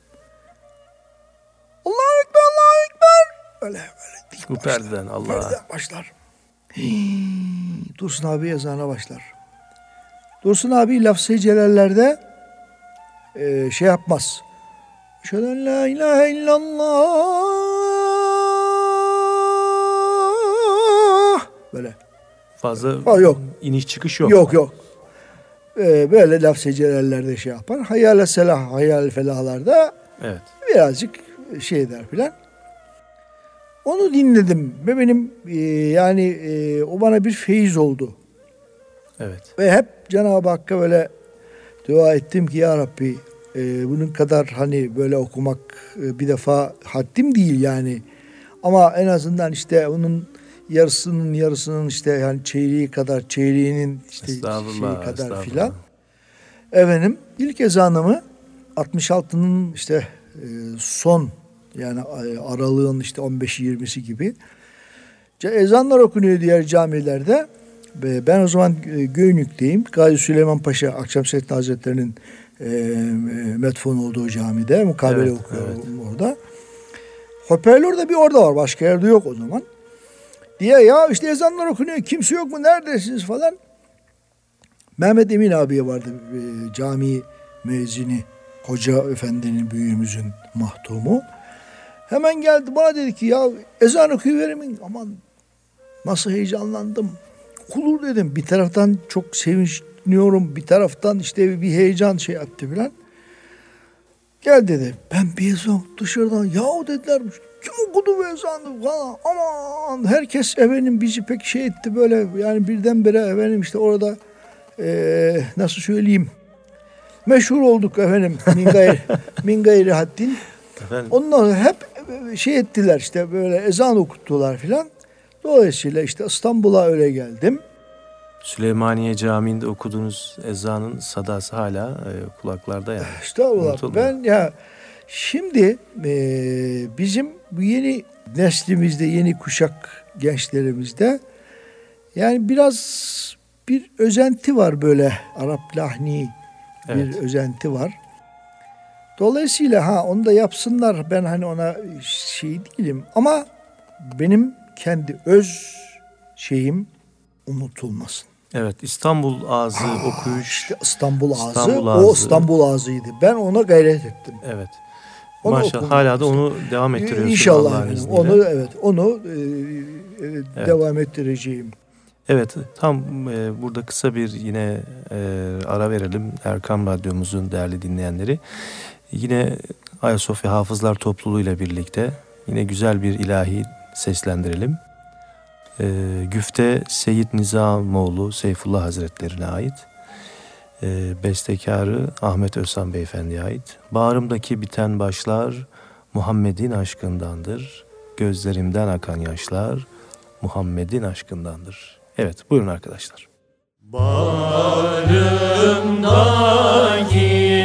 Allahu Ekber, Allahu Ekber. Öyle böyle dik Bu başlar. perdeden Allah. Perdeden başlar. Hii, Dursun abi ezana başlar. Dursun abi lafz-ı celallerde e, şey yapmaz. Eşhedü en la ilahe illallah. Böyle. Fazla Ha, yok. iniş çıkış yok. Yok yok. Ee, böyle lafz-ı celallerde şey yapar. Hayyâle selah, hayyâle felahlarda Evet. birazcık şey eder filan. Onu dinledim ve benim e, yani e, o bana bir feyiz oldu. Evet. Ve hep Cenab-ı Hakk'a böyle dua ettim ki ya Rabbi e, bunun kadar hani böyle okumak e, bir defa haddim değil yani. Ama en azından işte onun yarısının yarısının işte yani çeyreği kadar çeyreğinin işte şeyi Estağfurullah, kadar estağfurullah. filan. Efendim ilk ezanımı altmış altının işte e, son yani e, aralığın işte on beşi yirmisi gibi ezanlar okunuyor diğer camilerde. Ve ben o zaman e, Göynük'teyim. Gazi Süleyman Paşa Akşemseddin Hazretleri'nin e, metfun olduğu camide mukabele Evet, okuyorum orada. Hoparlör de bir orada var. Başka yerde yok o zaman. Diye ya işte ezanlar okunuyor. Kimse yok mu? Neredesiniz falan. Mehmet Emin abiye vardı. E, cami müezzini. Hoca efendinin büyüğümüzün mahtumu. Hemen geldi bana dedi ki ya ezan okuyuverimin. Aman nasıl heyecanlandım. Olur dedim. Bir taraftan çok sevinçliyorum. Bir taraftan işte bir heyecan şey attı filan. Gel dedi. Ben bir ezan dışarıdan yahu dediler. Kim okudu bu ezanı falan. Aman herkes efendim bizi pek şey etti böyle. Yani birdenbire efendim işte orada ee, nasıl söyleyeyim. Meşhur olduk efendim. Min gayri, min gayri haddin. Efendim? Ondan hep şey ettiler işte böyle ezan okuttular filan. Dolayısıyla işte İstanbul'a öyle geldim. Süleymaniye Camii'nde okuduğunuz ezanın sadası hala e, kulaklarda yani. Estağfurullah. Unutulmuyor. Ben ya şimdi e, bizim bu yeni neslimizde, yeni kuşak gençlerimizde yani biraz bir özenti var böyle Arap lahni bir Evet. özenti var. Dolayısıyla ha onu da yapsınlar. Ben hani ona şey değilim ama benim kendi öz şeyim unutulmasın. Evet, İstanbul Ağzı okuyuş. İşte İstanbul Ağzı, İstanbul o Ağzı. İstanbul Ağzı'ydı. Ben ona gayret ettim. Evet. Onu Maşallah okudum. hala da onu devam ettiriyorsunuz. İnşallah Allah'ın efendim. izniyle. Onu evet, onu e, e, Evet. devam ettireceğim. Evet, tam e, burada kısa bir yine e, ara verelim Erkam Radyomuzun değerli dinleyenleri. Yine Ayasofya Hafızlar Topluluğu ile birlikte yine güzel bir ilahi seslendirelim. E, Güfte Seyyid Nizamoğlu Seyfullah Hazretlerine ait. E, bestekarı Ahmet Özhan Beyefendi'ye ait. Bağrımdaki biten başlar Muhammed'in aşkındandır. Gözlerimden akan yaşlar Muhammed'in aşkındandır. Evet, buyurun arkadaşlar. Bağrımdaki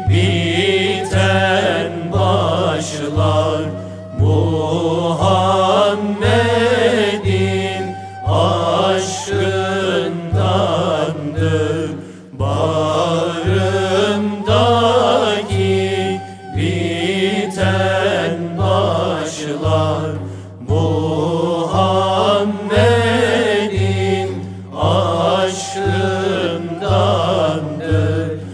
biten başlar Muhammed'in aşkındandır. Bağrımdaki biten başlar Muhammed'in aşkındandır.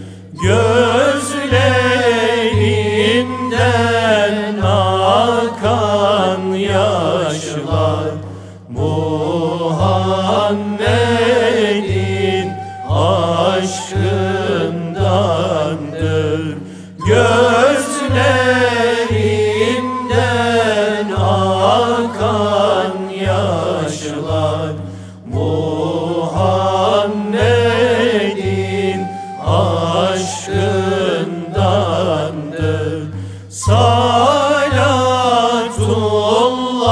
Gözlerinden akan yaşlar Muhammed'in aşkındandır. Gözlerinden akan yaşlar Muhammed'in aşkındandır. Salatullah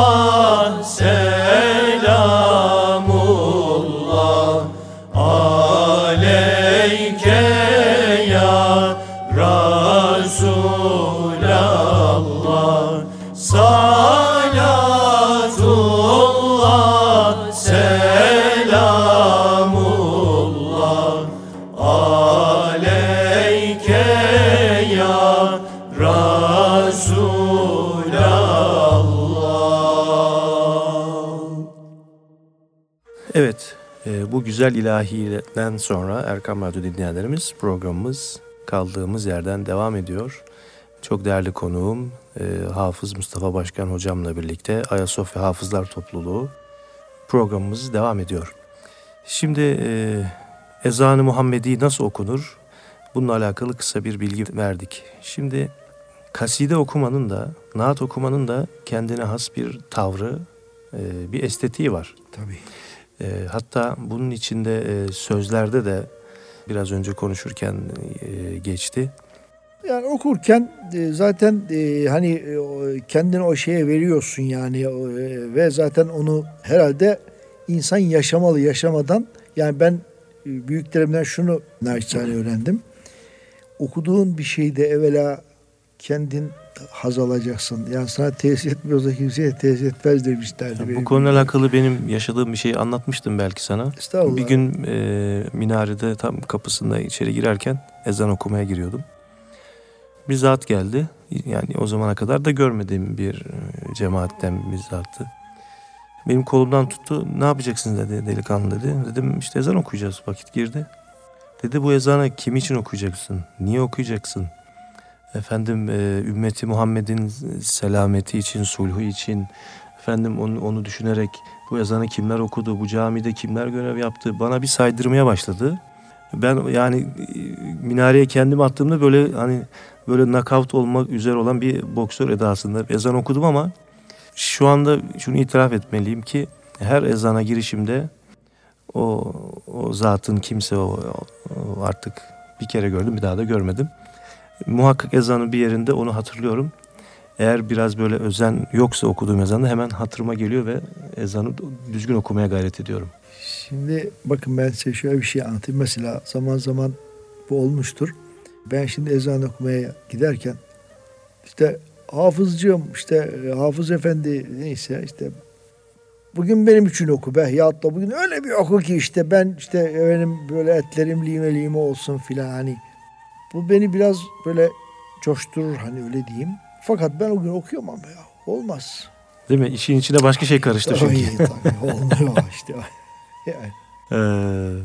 Evet, e, bu güzel ilahiden sonra Erkam Radyo dinleyenlerimiz, programımız kaldığımız yerden devam ediyor. Çok değerli konuğum e, Hafız Mustafa Başkan hocamla birlikte Ayasofya Hafızlar Topluluğu programımız devam ediyor. Şimdi e, ezan-ı Muhammedi nasıl okunur? Bununla alakalı kısa bir bilgi verdik. Şimdi kaside okumanın da, naat okumanın da kendine has bir tavrı, e, bir estetiği var. Tabii. E, hatta bunun içinde e, sözlerde de biraz önce konuşurken e, geçti. Yani okurken e, zaten e, hani e, kendini o şeye veriyorsun yani e, ve zaten onu herhalde insan yaşamalı, yaşamadan yani ben e, büyüklerimden şunu naçizane öğrendim. Okuduğun bir şeyde evvela kendin haz alacaksın. Yani sana tesir etmiyorsa kimseye tesir etmez demişlerdi. Ya bu konuyla alakalı benim yaşadığım bir şeyi anlatmıştım belki sana. Estağfurullah. Bir gün e, minarede tam kapısında içeri girerken ezan okumaya giriyordum. Bir zat geldi. Yani o zamana kadar da görmediğim bir cemaatten bir zattı. Benim kolumdan tuttu. Ne yapacaksınız dedi delikanlı dedi. Dedim işte ezan okuyacağız. Vakit girdi. Dedi bu ezanı kim için okuyacaksın? Niye okuyacaksın? Efendim e, ümmeti Muhammed'in selameti için, sulhu için, efendim onu, onu düşünerek bu ezanı kimler okudu, bu camide kimler görev yaptı, bana bir saydırmaya başladı. Ben yani minareye kendimi attığımda böyle hani böyle knockout olmak üzere olan bir boksör edasında ezan okudum ama şu anda şunu itiraf etmeliyim ki her ezana girişimde o, o zatın kimse o, o artık bir kere gördüm, bir daha da görmedim. Muhakkak ezanın bir yerinde onu hatırlıyorum. Eğer biraz böyle özen yoksa okuduğum ezanda hemen hatırıma geliyor ve ezanı düzgün okumaya gayret ediyorum. Şimdi bakın ben size şöyle bir şey anlatayım. Mesela zaman zaman bu olmuştur. Ben şimdi ezan okumaya giderken işte hafızcığım, işte hafız efendi neyse işte bugün benim için oku be. Ya da bugün öyle bir oku ki işte ben işte benim böyle etlerim lime lime olsun filan hani. Bu beni biraz böyle coşturur hani öyle diyeyim. Fakat ben o gün okuyorum ama ya olmaz. Değil mi? İşin içine başka şey karıştı çünkü. Tabii tabii olmuyor işte. Yani. Ee, Yani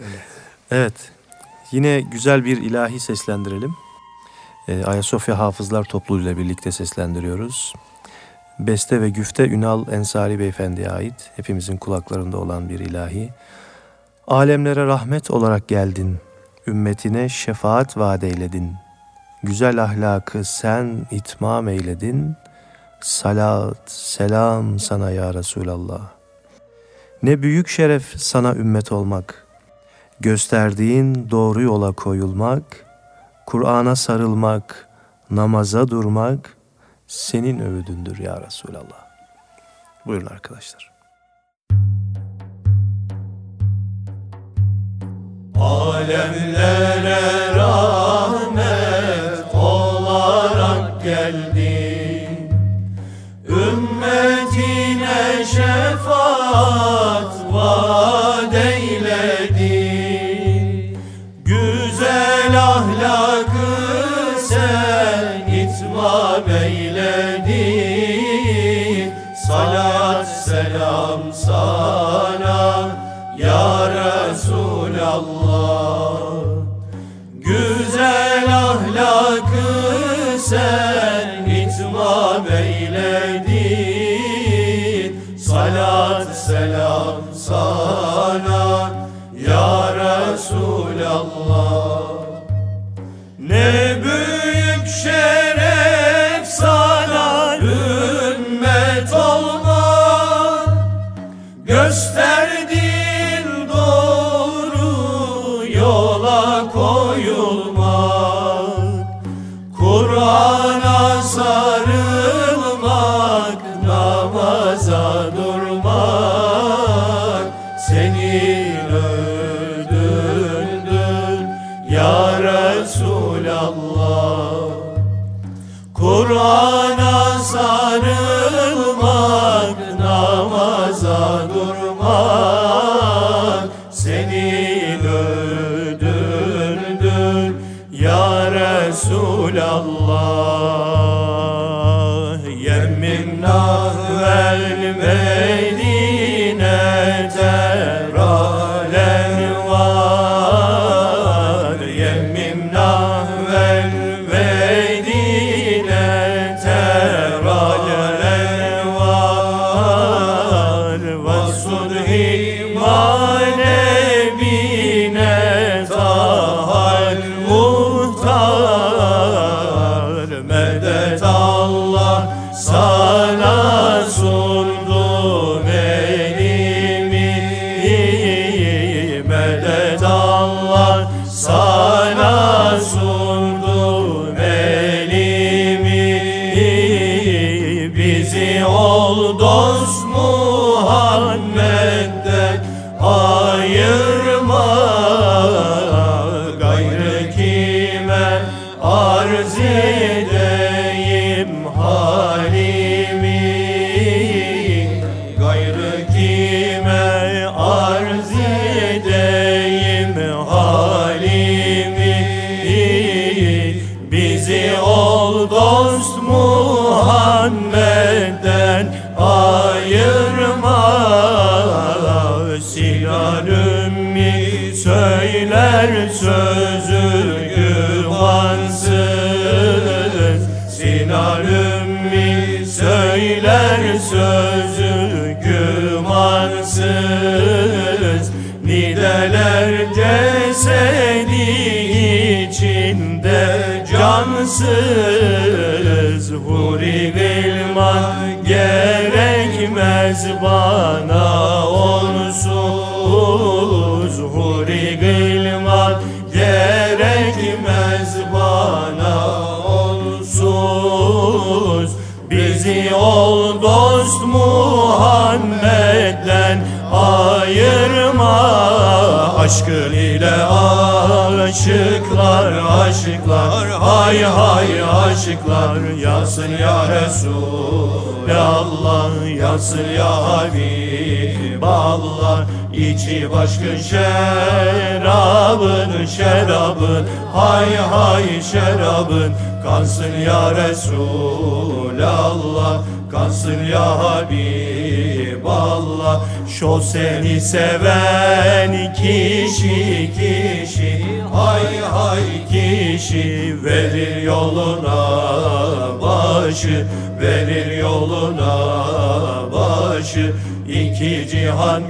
evet. Yine güzel bir ilahi seslendirelim. Ee, Ayasofya Hafızlar Topluluğu ile birlikte seslendiriyoruz. Beste ve güfte Ünal Ensari Beyefendi'ye ait. Hepimizin kulaklarında olan bir ilahi. Alemlere rahmet olarak geldin. Ümmetine şefaat vaat eyledin. Güzel ahlakı sen itmam eyledin. Salat, selam sana ya Resulallah. Ne büyük şeref sana ümmet olmak. Gösterdiğin doğru yola koyulmak, Kur'an'a sarılmak, namaza durmak senin övüdündür ya Resulallah. Buyurun arkadaşlar. Alemlere rahmet olarak geldin, ümmetine şefaat vaat eyledin. Güzel ahlakı sen itmam eyledin. Salat selam sana ya Resulallah. Güzel ahlakı sen itmam eyledin. Salat selam sana ya Resulallah. Ne büyük şeref sana ümmet olmak. Gösterdiğin doğru yola koyulmak, Kur'an'a sarılmak, namaza durmak senin ödündür ya Resulallah. Kur'an'a sarılmak, namaza durmak senin ödündür ya Resulallah. Yemin nahvel Medine'te manevine tahal muhtar. Medet Allah sana sundum elimi, medet Allah sana sundum elimi. Bizi ol dost Muhammed'den ayırma, gayrı kime arz edeyim halimi, gayrı kime arz edeyim halimi. Bizi ol dost Muhammed'den ayırma. Sinan Ümmi söyler sözü gümansız, Sinan Ümmi söyler sözü gümansız. Nideler cesedi içinde cansız, huri gılman gerekmez bana onsuz, huri gılman gerekmez bana onsuz. Bizi ol dost Muhammed'den ayırma. Aşkın ile aşıklar, aşıklar, hay hay aşıklar. Yansın ya Resulallah, yansın ya Habiballah. İçi başkın şerabın, şerabın, hay hay şerabın. Kansın ya Resulallah, kansın ya Habiballah. Şo seni seven kişi, kişi, hay hay kişi. Verir yoluna başı, verir yoluna başı. İki cihan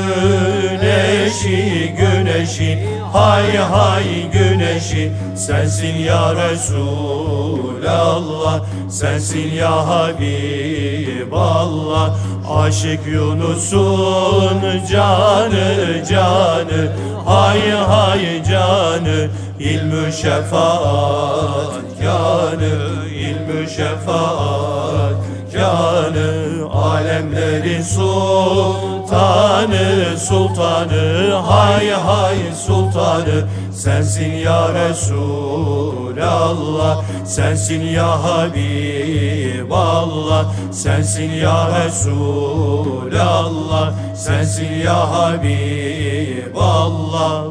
güneşi, güneşi, hay hay güneşi. Sensin ya Resulallah, sensin ya Habiballah. Aşık Yunus'un canı, canı, hay hay canı. İlmü şefaat kanı, ilmü şefaat kanı. Alemlerin sultanı, sultanı, hay hay sultanı. Sensin ya Resulallah, sensin ya Habiballah. Sensin ya Resulallah, sensin ya Habiballah.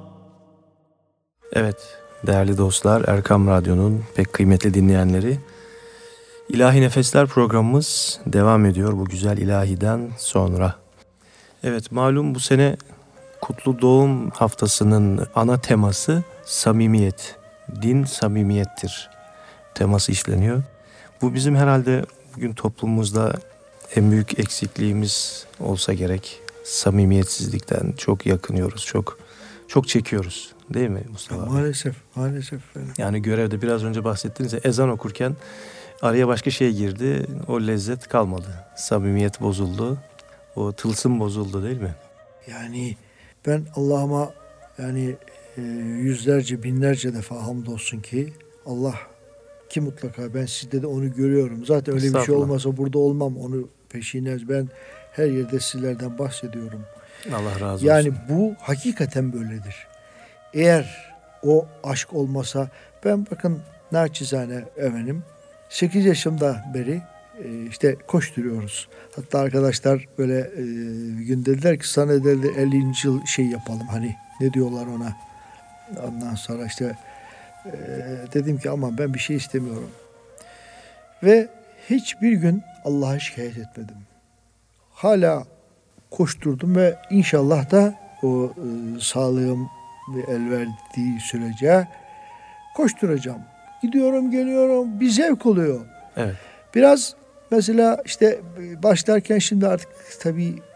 Evet, değerli dostlar, Erkam Radyo'nun pek kıymetli dinleyenleri, İlahi Nefesler programımız devam ediyor bu güzel ilahiden sonra. Evet, malum bu sene Kutlu Doğum Haftası'nın ana teması samimiyet, din samimiyettir teması işleniyor. Bu bizim herhalde bugün toplumumuzda en büyük eksikliğimiz olsa gerek. Samimiyetsizlikten çok yakınıyoruz, çok çok çekiyoruz. Değil mi Mustafa abi? Maalesef, maalesef. Yani görevde biraz önce bahsettiniz ya, ezan okurken araya başka şey girdi, o lezzet kalmadı. Samimiyet bozuldu, o tılsım bozuldu değil mi? Yani ben Allah'ıma yani e, yüzlerce, binlerce defa hamdolsun ki Allah ki mutlaka ben sizde de onu görüyorum. Zaten öyle bir şey olmasa burada olmam, onu peşine. Ben her yerde sizlerden bahsediyorum. Allah razı olsun. Yani bu hakikaten böyledir. Eğer o aşk olmasa, ben bakın naçizane efendim sekiz yaşımda beri e, işte koşturuyoruz. Hatta arkadaşlar böyle e, bir gün dediler ki sana dedi ellinci yıl şey yapalım, hani ne diyorlar ona. Ondan sonra işte e, dedim ki aman ben bir şey istemiyorum. Ve hiçbir gün Allah'a şikayet etmedim. Hala koşturdum ve inşallah da o e, sağlığım ve el verdiği sürece koşturacağım. Gidiyorum, geliyorum, bir zevk oluyor. Evet. Biraz mesela işte başlarken şimdi artık tabii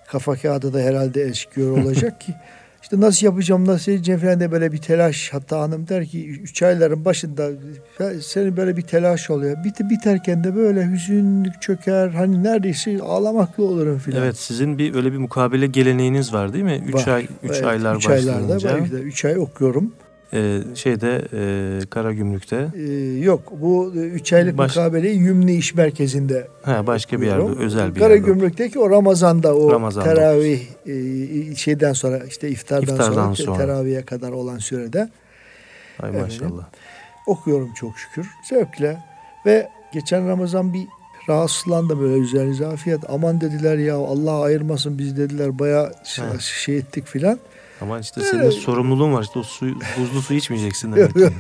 kafa kağıdı da herhalde eskiyor olacak ki işte nasıl yapacağım, nasıl edeceğim falan de böyle bir telaş. Hatta hanım der ki üç ayların başında senin böyle bir telaş oluyor. Bit biterken de böyle hüzünlük çöker. Hani neredeyse ağlamaklı olurum filan. Evet, sizin bir öyle bir mukabele geleneğiniz var değil mi? Üç ay, üç evet, aylar üç başlayınca. Aylarda, üç ay okuyorum. Ee, şeyde e, Karagümrük'te. Ee, yok, bu üç aylık Baş... mukabeleyi Yümni İş Merkezi'nde. Ha, başka bir yerde, özel bir Karagümrük'teki o Ramazan'da o Ramazan'da. teravih e, şeyden sonra işte iftardan, iftardan sonra, sonra teravihe kadar olan sürede. Ay maşallah. Evet, okuyorum çok şükür zevkle ve geçen Ramazan bir rahatsızlandım böyle, üzerinize afiyet. Aman dediler ya, Allah ayırmasın bizi dediler, bayağı şey, şey ettik filan. Ama işte senin evet. sorumluluğun var. İşte o suyu, buzlu su içmeyeceksin demek ki.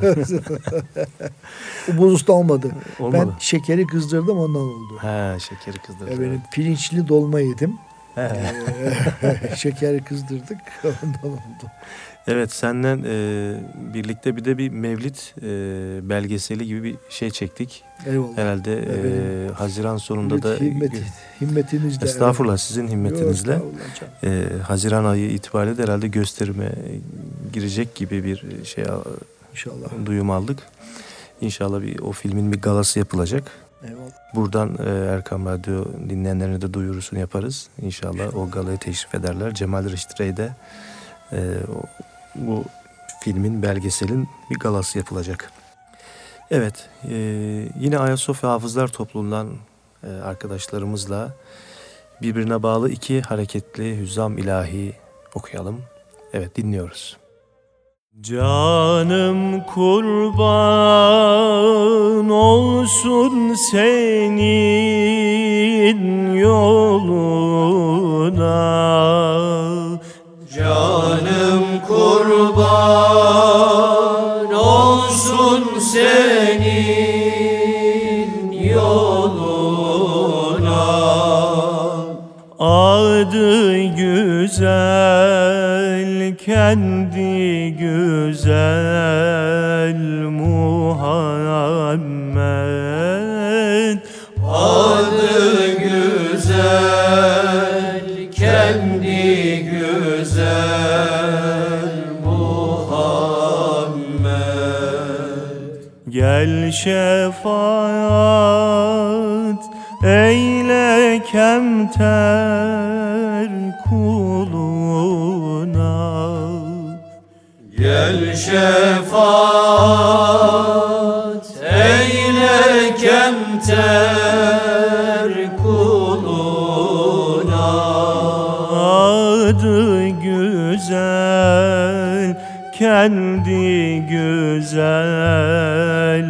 O buzlu da olmadı. olmadı. Ben şekeri kızdırdım, ondan oldu. He, şekeri kızdırdım. Ya benim pirinçli dolma yedim. Şekeri kızdırdık, ondan oldu. Evet, senden e, birlikte bir de bir Mevlid e, belgeseli gibi bir şey çektik. Eyvallah. Herhalde e, Haziran sonunda da himmet, himmetinizle. Estağfurullah, evet. Sizin himmetinizle. Yok, e, Haziran ayı itibariyle de herhalde gösterime girecek gibi bir şey İnşallah. duyum aldık. İnşallah bir o filmin bir galası yapılacak. Eyvallah. Buradan e, Erkam Radyo dinleyenlerine de duyurusunu yaparız. İnşallah, İnşallah. O galaya teşrif ederler. Cemal Reşit Rey'de e, o, bu filmin, belgeselin bir galası yapılacak. Evet, e, yine Ayasofya Hafızlar Topluluğundan e, arkadaşlarımızla birbirine bağlı iki hareketli hüzzam ilahi okuyalım. Evet, dinliyoruz. Canım kurban olsun senin yoluna, canım kurban olsun senin yoluna, adı güzel, kendi güzel Muhammed, adı güzel, kendi güzel Muhammed. Gel şefaat eyle kemter kuluna, gel şefaat eyle kemter kuluna, adı güzel, kendi güzel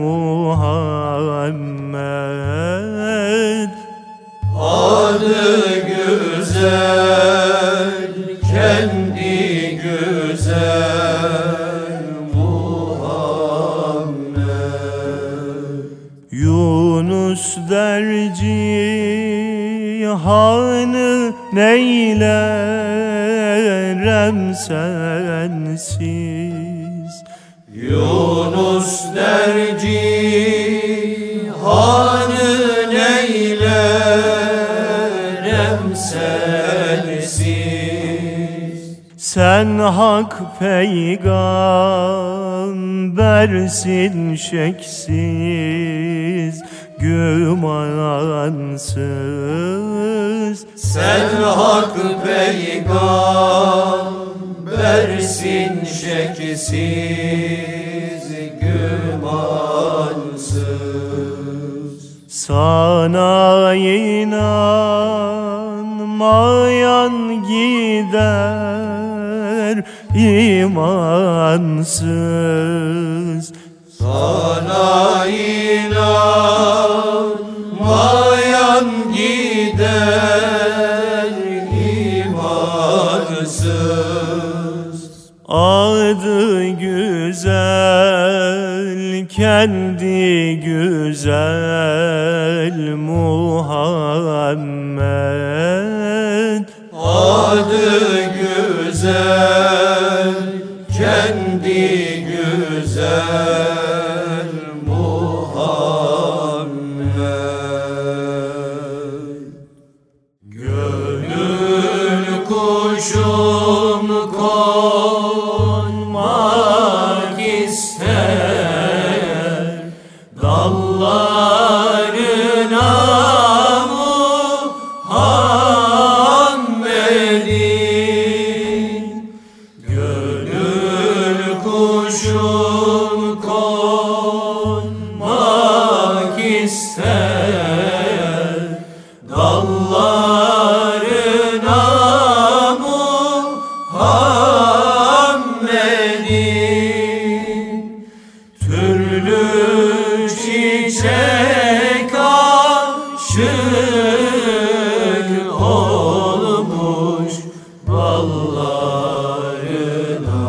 Muhammed, adı güzel, kendi güzel Muhammed. Yunus derci hanı neylerem sensiz, Yunus derci hanı neylerem sensiz, sen hak peygambersin şeksiz gümansız, sen hak peygambersin şeksiz gümansız, sana inanmayan gider imansız, sana inanmayan gider imansız, adı güzel, kendi güzel Muhammed, adı güzel, kendi güzel Muhammed. Gönül kuşum konmak ister dallarına Muhammed'in. Gönül kuşum konmak ister dallarına Muhammed'in. Türlü çiçek aşık olmuş ballarına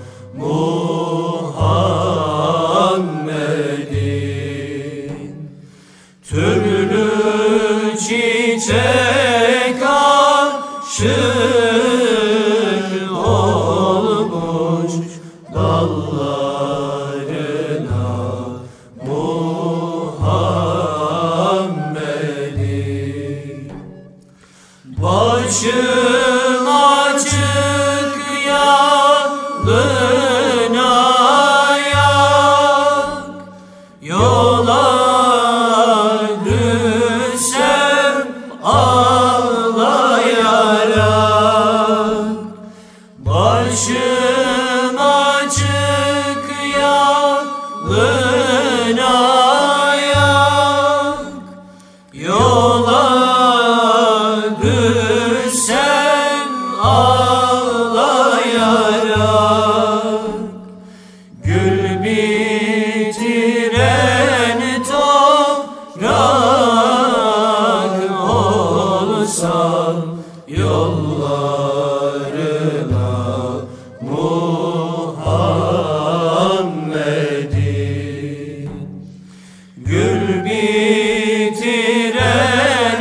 Muhammed'in. Türlü çiçek aşık olmuş dallarına Muhammed'in. Başım açık yalına yak, yola düşsem ağlayarak. Başım açık yalına yak, yola düşsem ağlayarak. Gül bitiren toprak olsam yollarına Muhammed'in. Gül bitiren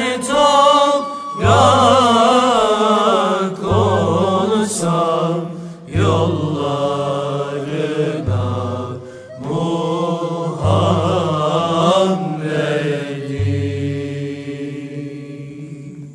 toprak olsam yollarına Muhammed'in.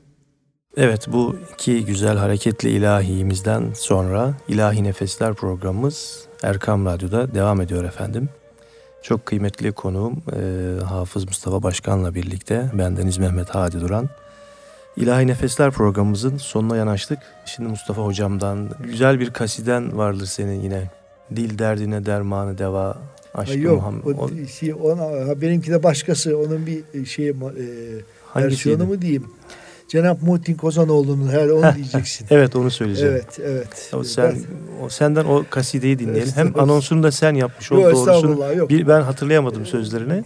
Evet, bu iki güzel hareketli ilahiyimizden sonra İlahi Nefesler programımız Erkam Radyo'da devam ediyor efendim. Çok kıymetli konuğum e, Hafız Mustafa Başkan'la birlikte bendeniz Mehmet Hadi Duran. İlahi Nefesler programımızın sonuna yanaştık. Şimdi Mustafa Hocam'dan güzel bir kasiden vardır senin yine. Dil derdine dermanı deva aşkı Yok, Muhammed. o, şey, ona, benimki de başkası. Onun bir şey e, versiyonu mu diyeyim? Cenab-ı Muhittin Kozanoğlu'nun herhalde onu diyeceksin. Evet, onu söyleyeceğim. Evet, evet. O sen, o, senden o kasideyi dinleyelim. Hem anonsunu da sen yapmış ol yok, doğrusunu. Yok. Bir, ben hatırlayamadım sözlerini.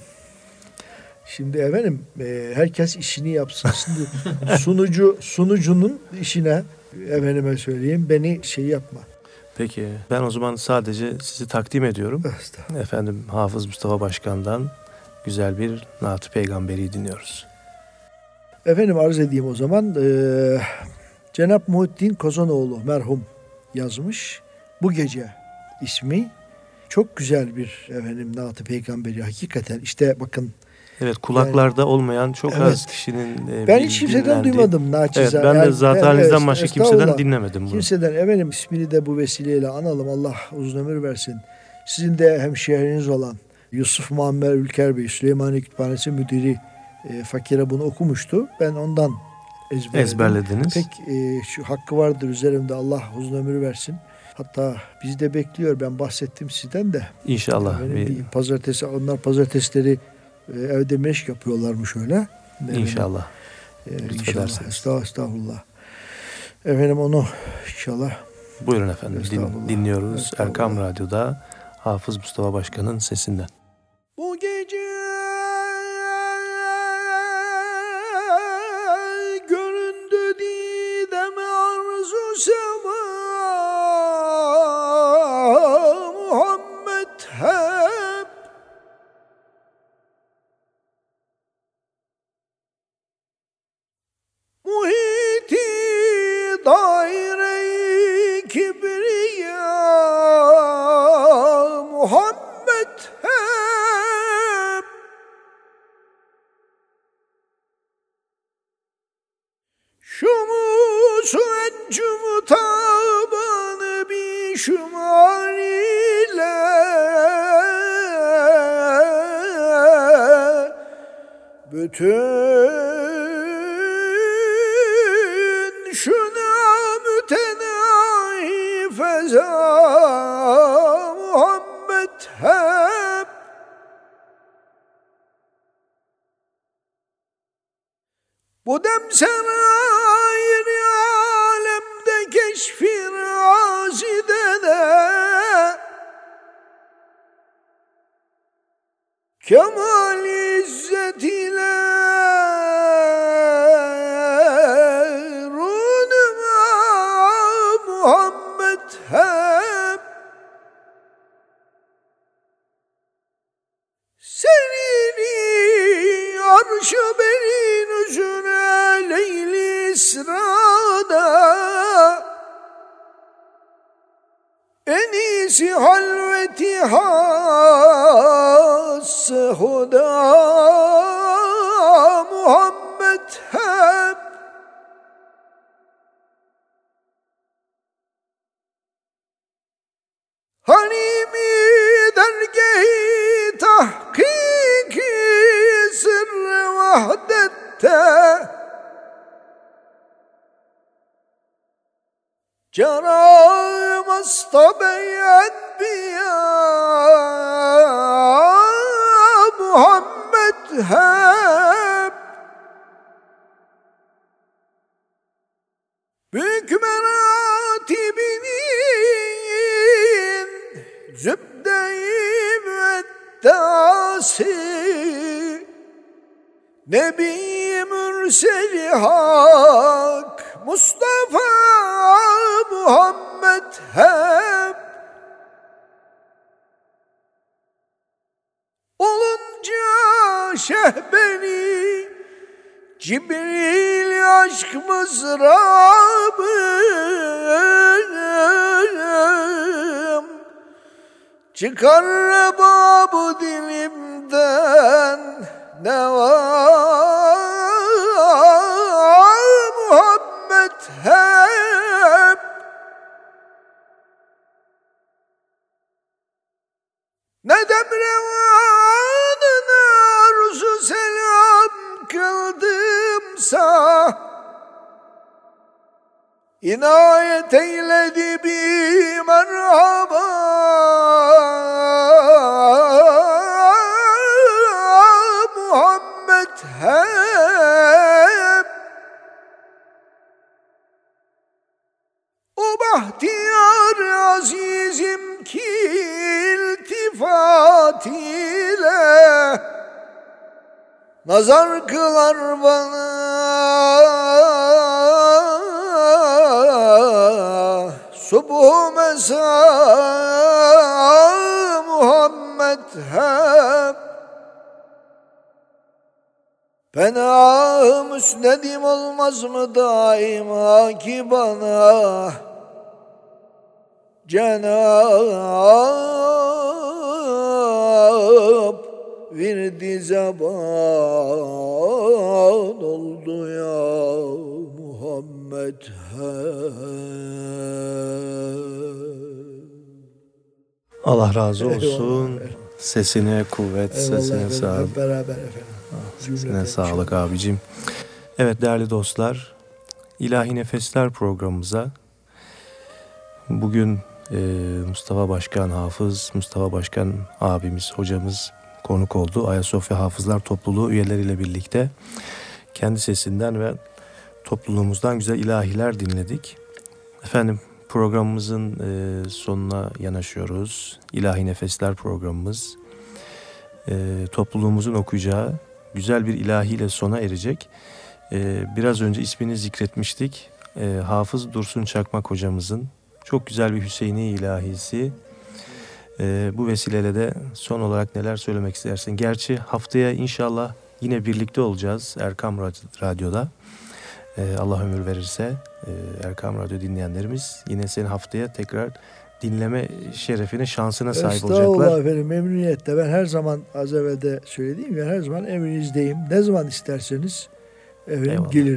Şimdi efendim e, herkes işini yapsın. Şimdi sunucu sunucunun işine efendime söyleyeyim beni şey yapma. Peki ben o zaman sadece sizi takdim ediyorum. Efendim Hafız Mustafa Başkan'dan güzel bir Naat-ı Peygamberi dinliyoruz. Efendim arz edeyim o zaman. Ee, Cenab-ı Muhittin Kozanoğlu merhum yazmış. Bu gece ismi çok güzel bir efendim Naat-ı Peygamberi. Hakikaten işte bakın. Evet, kulaklarda yani, olmayan çok evet, az kişinin e, ben hiç kimseden dinlendi. Duymadım naçizane. Evet, ben de zat halinizden evet, başka kimseden dinlemedim bunu. Kimseden efendim ismini de bu vesileyle analım. Allah uzun ömür versin. Sizin de hemşehriniz olan Yusuf Muammer Ülker Bey, Süleymaniye Kütüphanesi Müdiri e, fakire bunu okumuştu. Ben ondan ezberledim. Ezberlediniz. Pek e, şu hakkı vardır üzerimde, Allah uzun ömür versin. Hatta bizi de bekliyor. Ben bahsettim sizden de. İnşallah. Benim bir pazartesi, onlar pazartesileri e, evde meşk yapıyorlarmış öyle. İnşallah. E, inşallah. Estağfurullah, estağfurullah. Efendim onu inşallah. Buyurun efendim. Din, dinliyoruz. Erkam Radyo'da Hafız Mustafa Başkan'ın sesinden. Bu gece göründü didem arzu sema Muhammed hep muhiti daire-i kibriya Muhammed hep şumusu gücümü tabanı bir şumar ile bütün şuna mütenahi feza Muhammed hep bu dem serayir alemde keşfi razide de kemal izzet ile runuma Muhammed hep senin arş-ı berin üzüne Leyli İsra'da en iyisi halveti has-ı huda Muhammed hep Hanimi dergâh-i tahkîk-i sırr-ı vahdette Cenab-ı Mustafa-i Enbiya Muhammed hep büyük meratibinin zübde-i müeddâsi Nebi Mürsel-i Hak Mustafa Muhammed hep olunca şehbeni Cibril aşk mızrabım çıkar babu dilimden ne var Muhammed hep ne demrevanına arzu selam kıldımsa inayet eyledi bir merhaba Muhammed hep o bahtiyar azizim ki iltifat ile nazar kılar bana subuh mesa Muhammed hep Penah müsnedim olmaz mı daima ki bana Cenab virdi zaman oldu ya Muhammed Allah razı olsun. Sesine kuvvet, Eyvallah sesine efendim, sağlık. hep beraber efendim. Sesine sağlık abicim. Evet değerli dostlar, İlahi Nefesler programımıza bugün e, Mustafa Başkan Hafız, Mustafa Başkan abimiz, hocamız konuk oldu. Ayasofya Hafızlar Topluluğu üyeleriyle birlikte kendi sesinden ve topluluğumuzdan güzel ilahiler dinledik. Efendim programımızın e, sonuna yanaşıyoruz. İlahi Nefesler programımız e, topluluğumuzun okuyacağı güzel bir ilahiyle sona erecek. E, biraz önce ismini zikretmiştik. E, Hafız Dursun Çakmak hocamızın çok güzel bir Hüseyini ilahisi. E, bu vesileyle de son olarak neler söylemek istersin? Gerçi haftaya inşallah yine birlikte olacağız Erkam Radyo'da. E, Allah ömür verirse e, Erkam Radyo dinleyenlerimiz yine seni haftaya tekrar dinleme şerefine, şansına sahip olacaklar. Estağfurullah efendim, memnuniyetle. Ben her zaman az evvel de söylediğim gibi her zaman emrinizdeyim. Ne zaman isterseniz efendim Eyvallah. gelirim.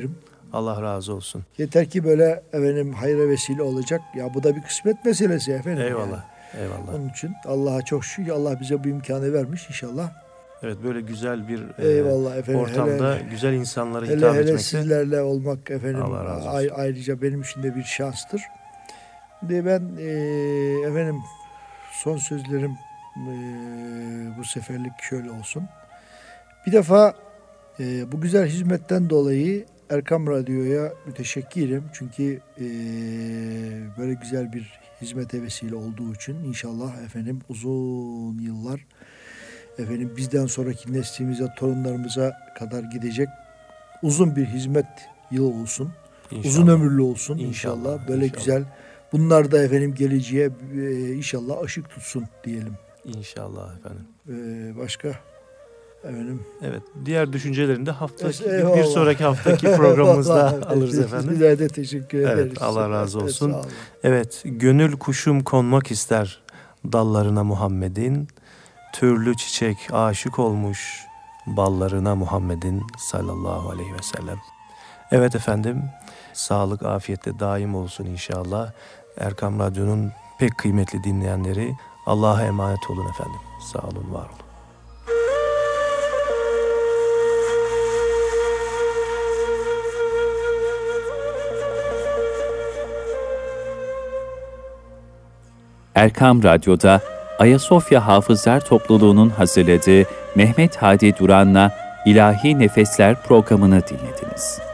Allah razı olsun. Yeter ki böyle efendim hayra vesile olacak. Ya bu da bir kısmet meselesi efendim. Eyvallah. Yani. Eyvallah. Onun için Allah'a çok şükür, Allah bize bu imkanı vermiş inşallah. Evet, böyle güzel bir Eyvallah e, efendim, ortamda hele, güzel insanlara hele, hitap hele etmekte. sizlerle olmak efendim Allah razı olsun. Ay, ayrıca benim için de bir şanstır. De ben e, efendim son sözlerim e, bu seferlik şöyle olsun. Bir defa e, bu güzel hizmetten dolayı Erkam Radyo'ya müteşekkirim. Çünkü e, böyle güzel bir hizmete vesile olduğu için inşallah efendim uzun yıllar efendim bizden sonraki neslimize, torunlarımıza kadar gidecek uzun bir hizmet yılı olsun. İnşallah. Uzun ömürlü olsun inşallah. inşallah. Böyle inşallah. Güzel. Bunlar da efendim geleceğe e, inşallah ışık tutsun diyelim. İnşallah efendim. Ee, başka efendim. Evet. Diğer düşüncelerini de haftaki bir sonraki haftaki programımızda alırız efendim. Sizlere de teşekkür ederiz. Evet, Allah razı olsun. Evet, evet, gönül kuşum konmak ister dallarına Muhammed'in. Türlü çiçek aşık olmuş ballarına Muhammed'in sallallahu aleyhi ve sellem. Evet efendim, sağlık afiyette daim olsun inşallah. Erkam Radyo'nun pek kıymetli dinleyenleri, Allah'a emanet olun efendim. Sağ olun, var olun. Erkam Radyo'da Ayasofya Hafızlar Topluluğu'nun hazırladığı Mehmet Hadi Duran'la İlahi Nefesler programını dinlediniz.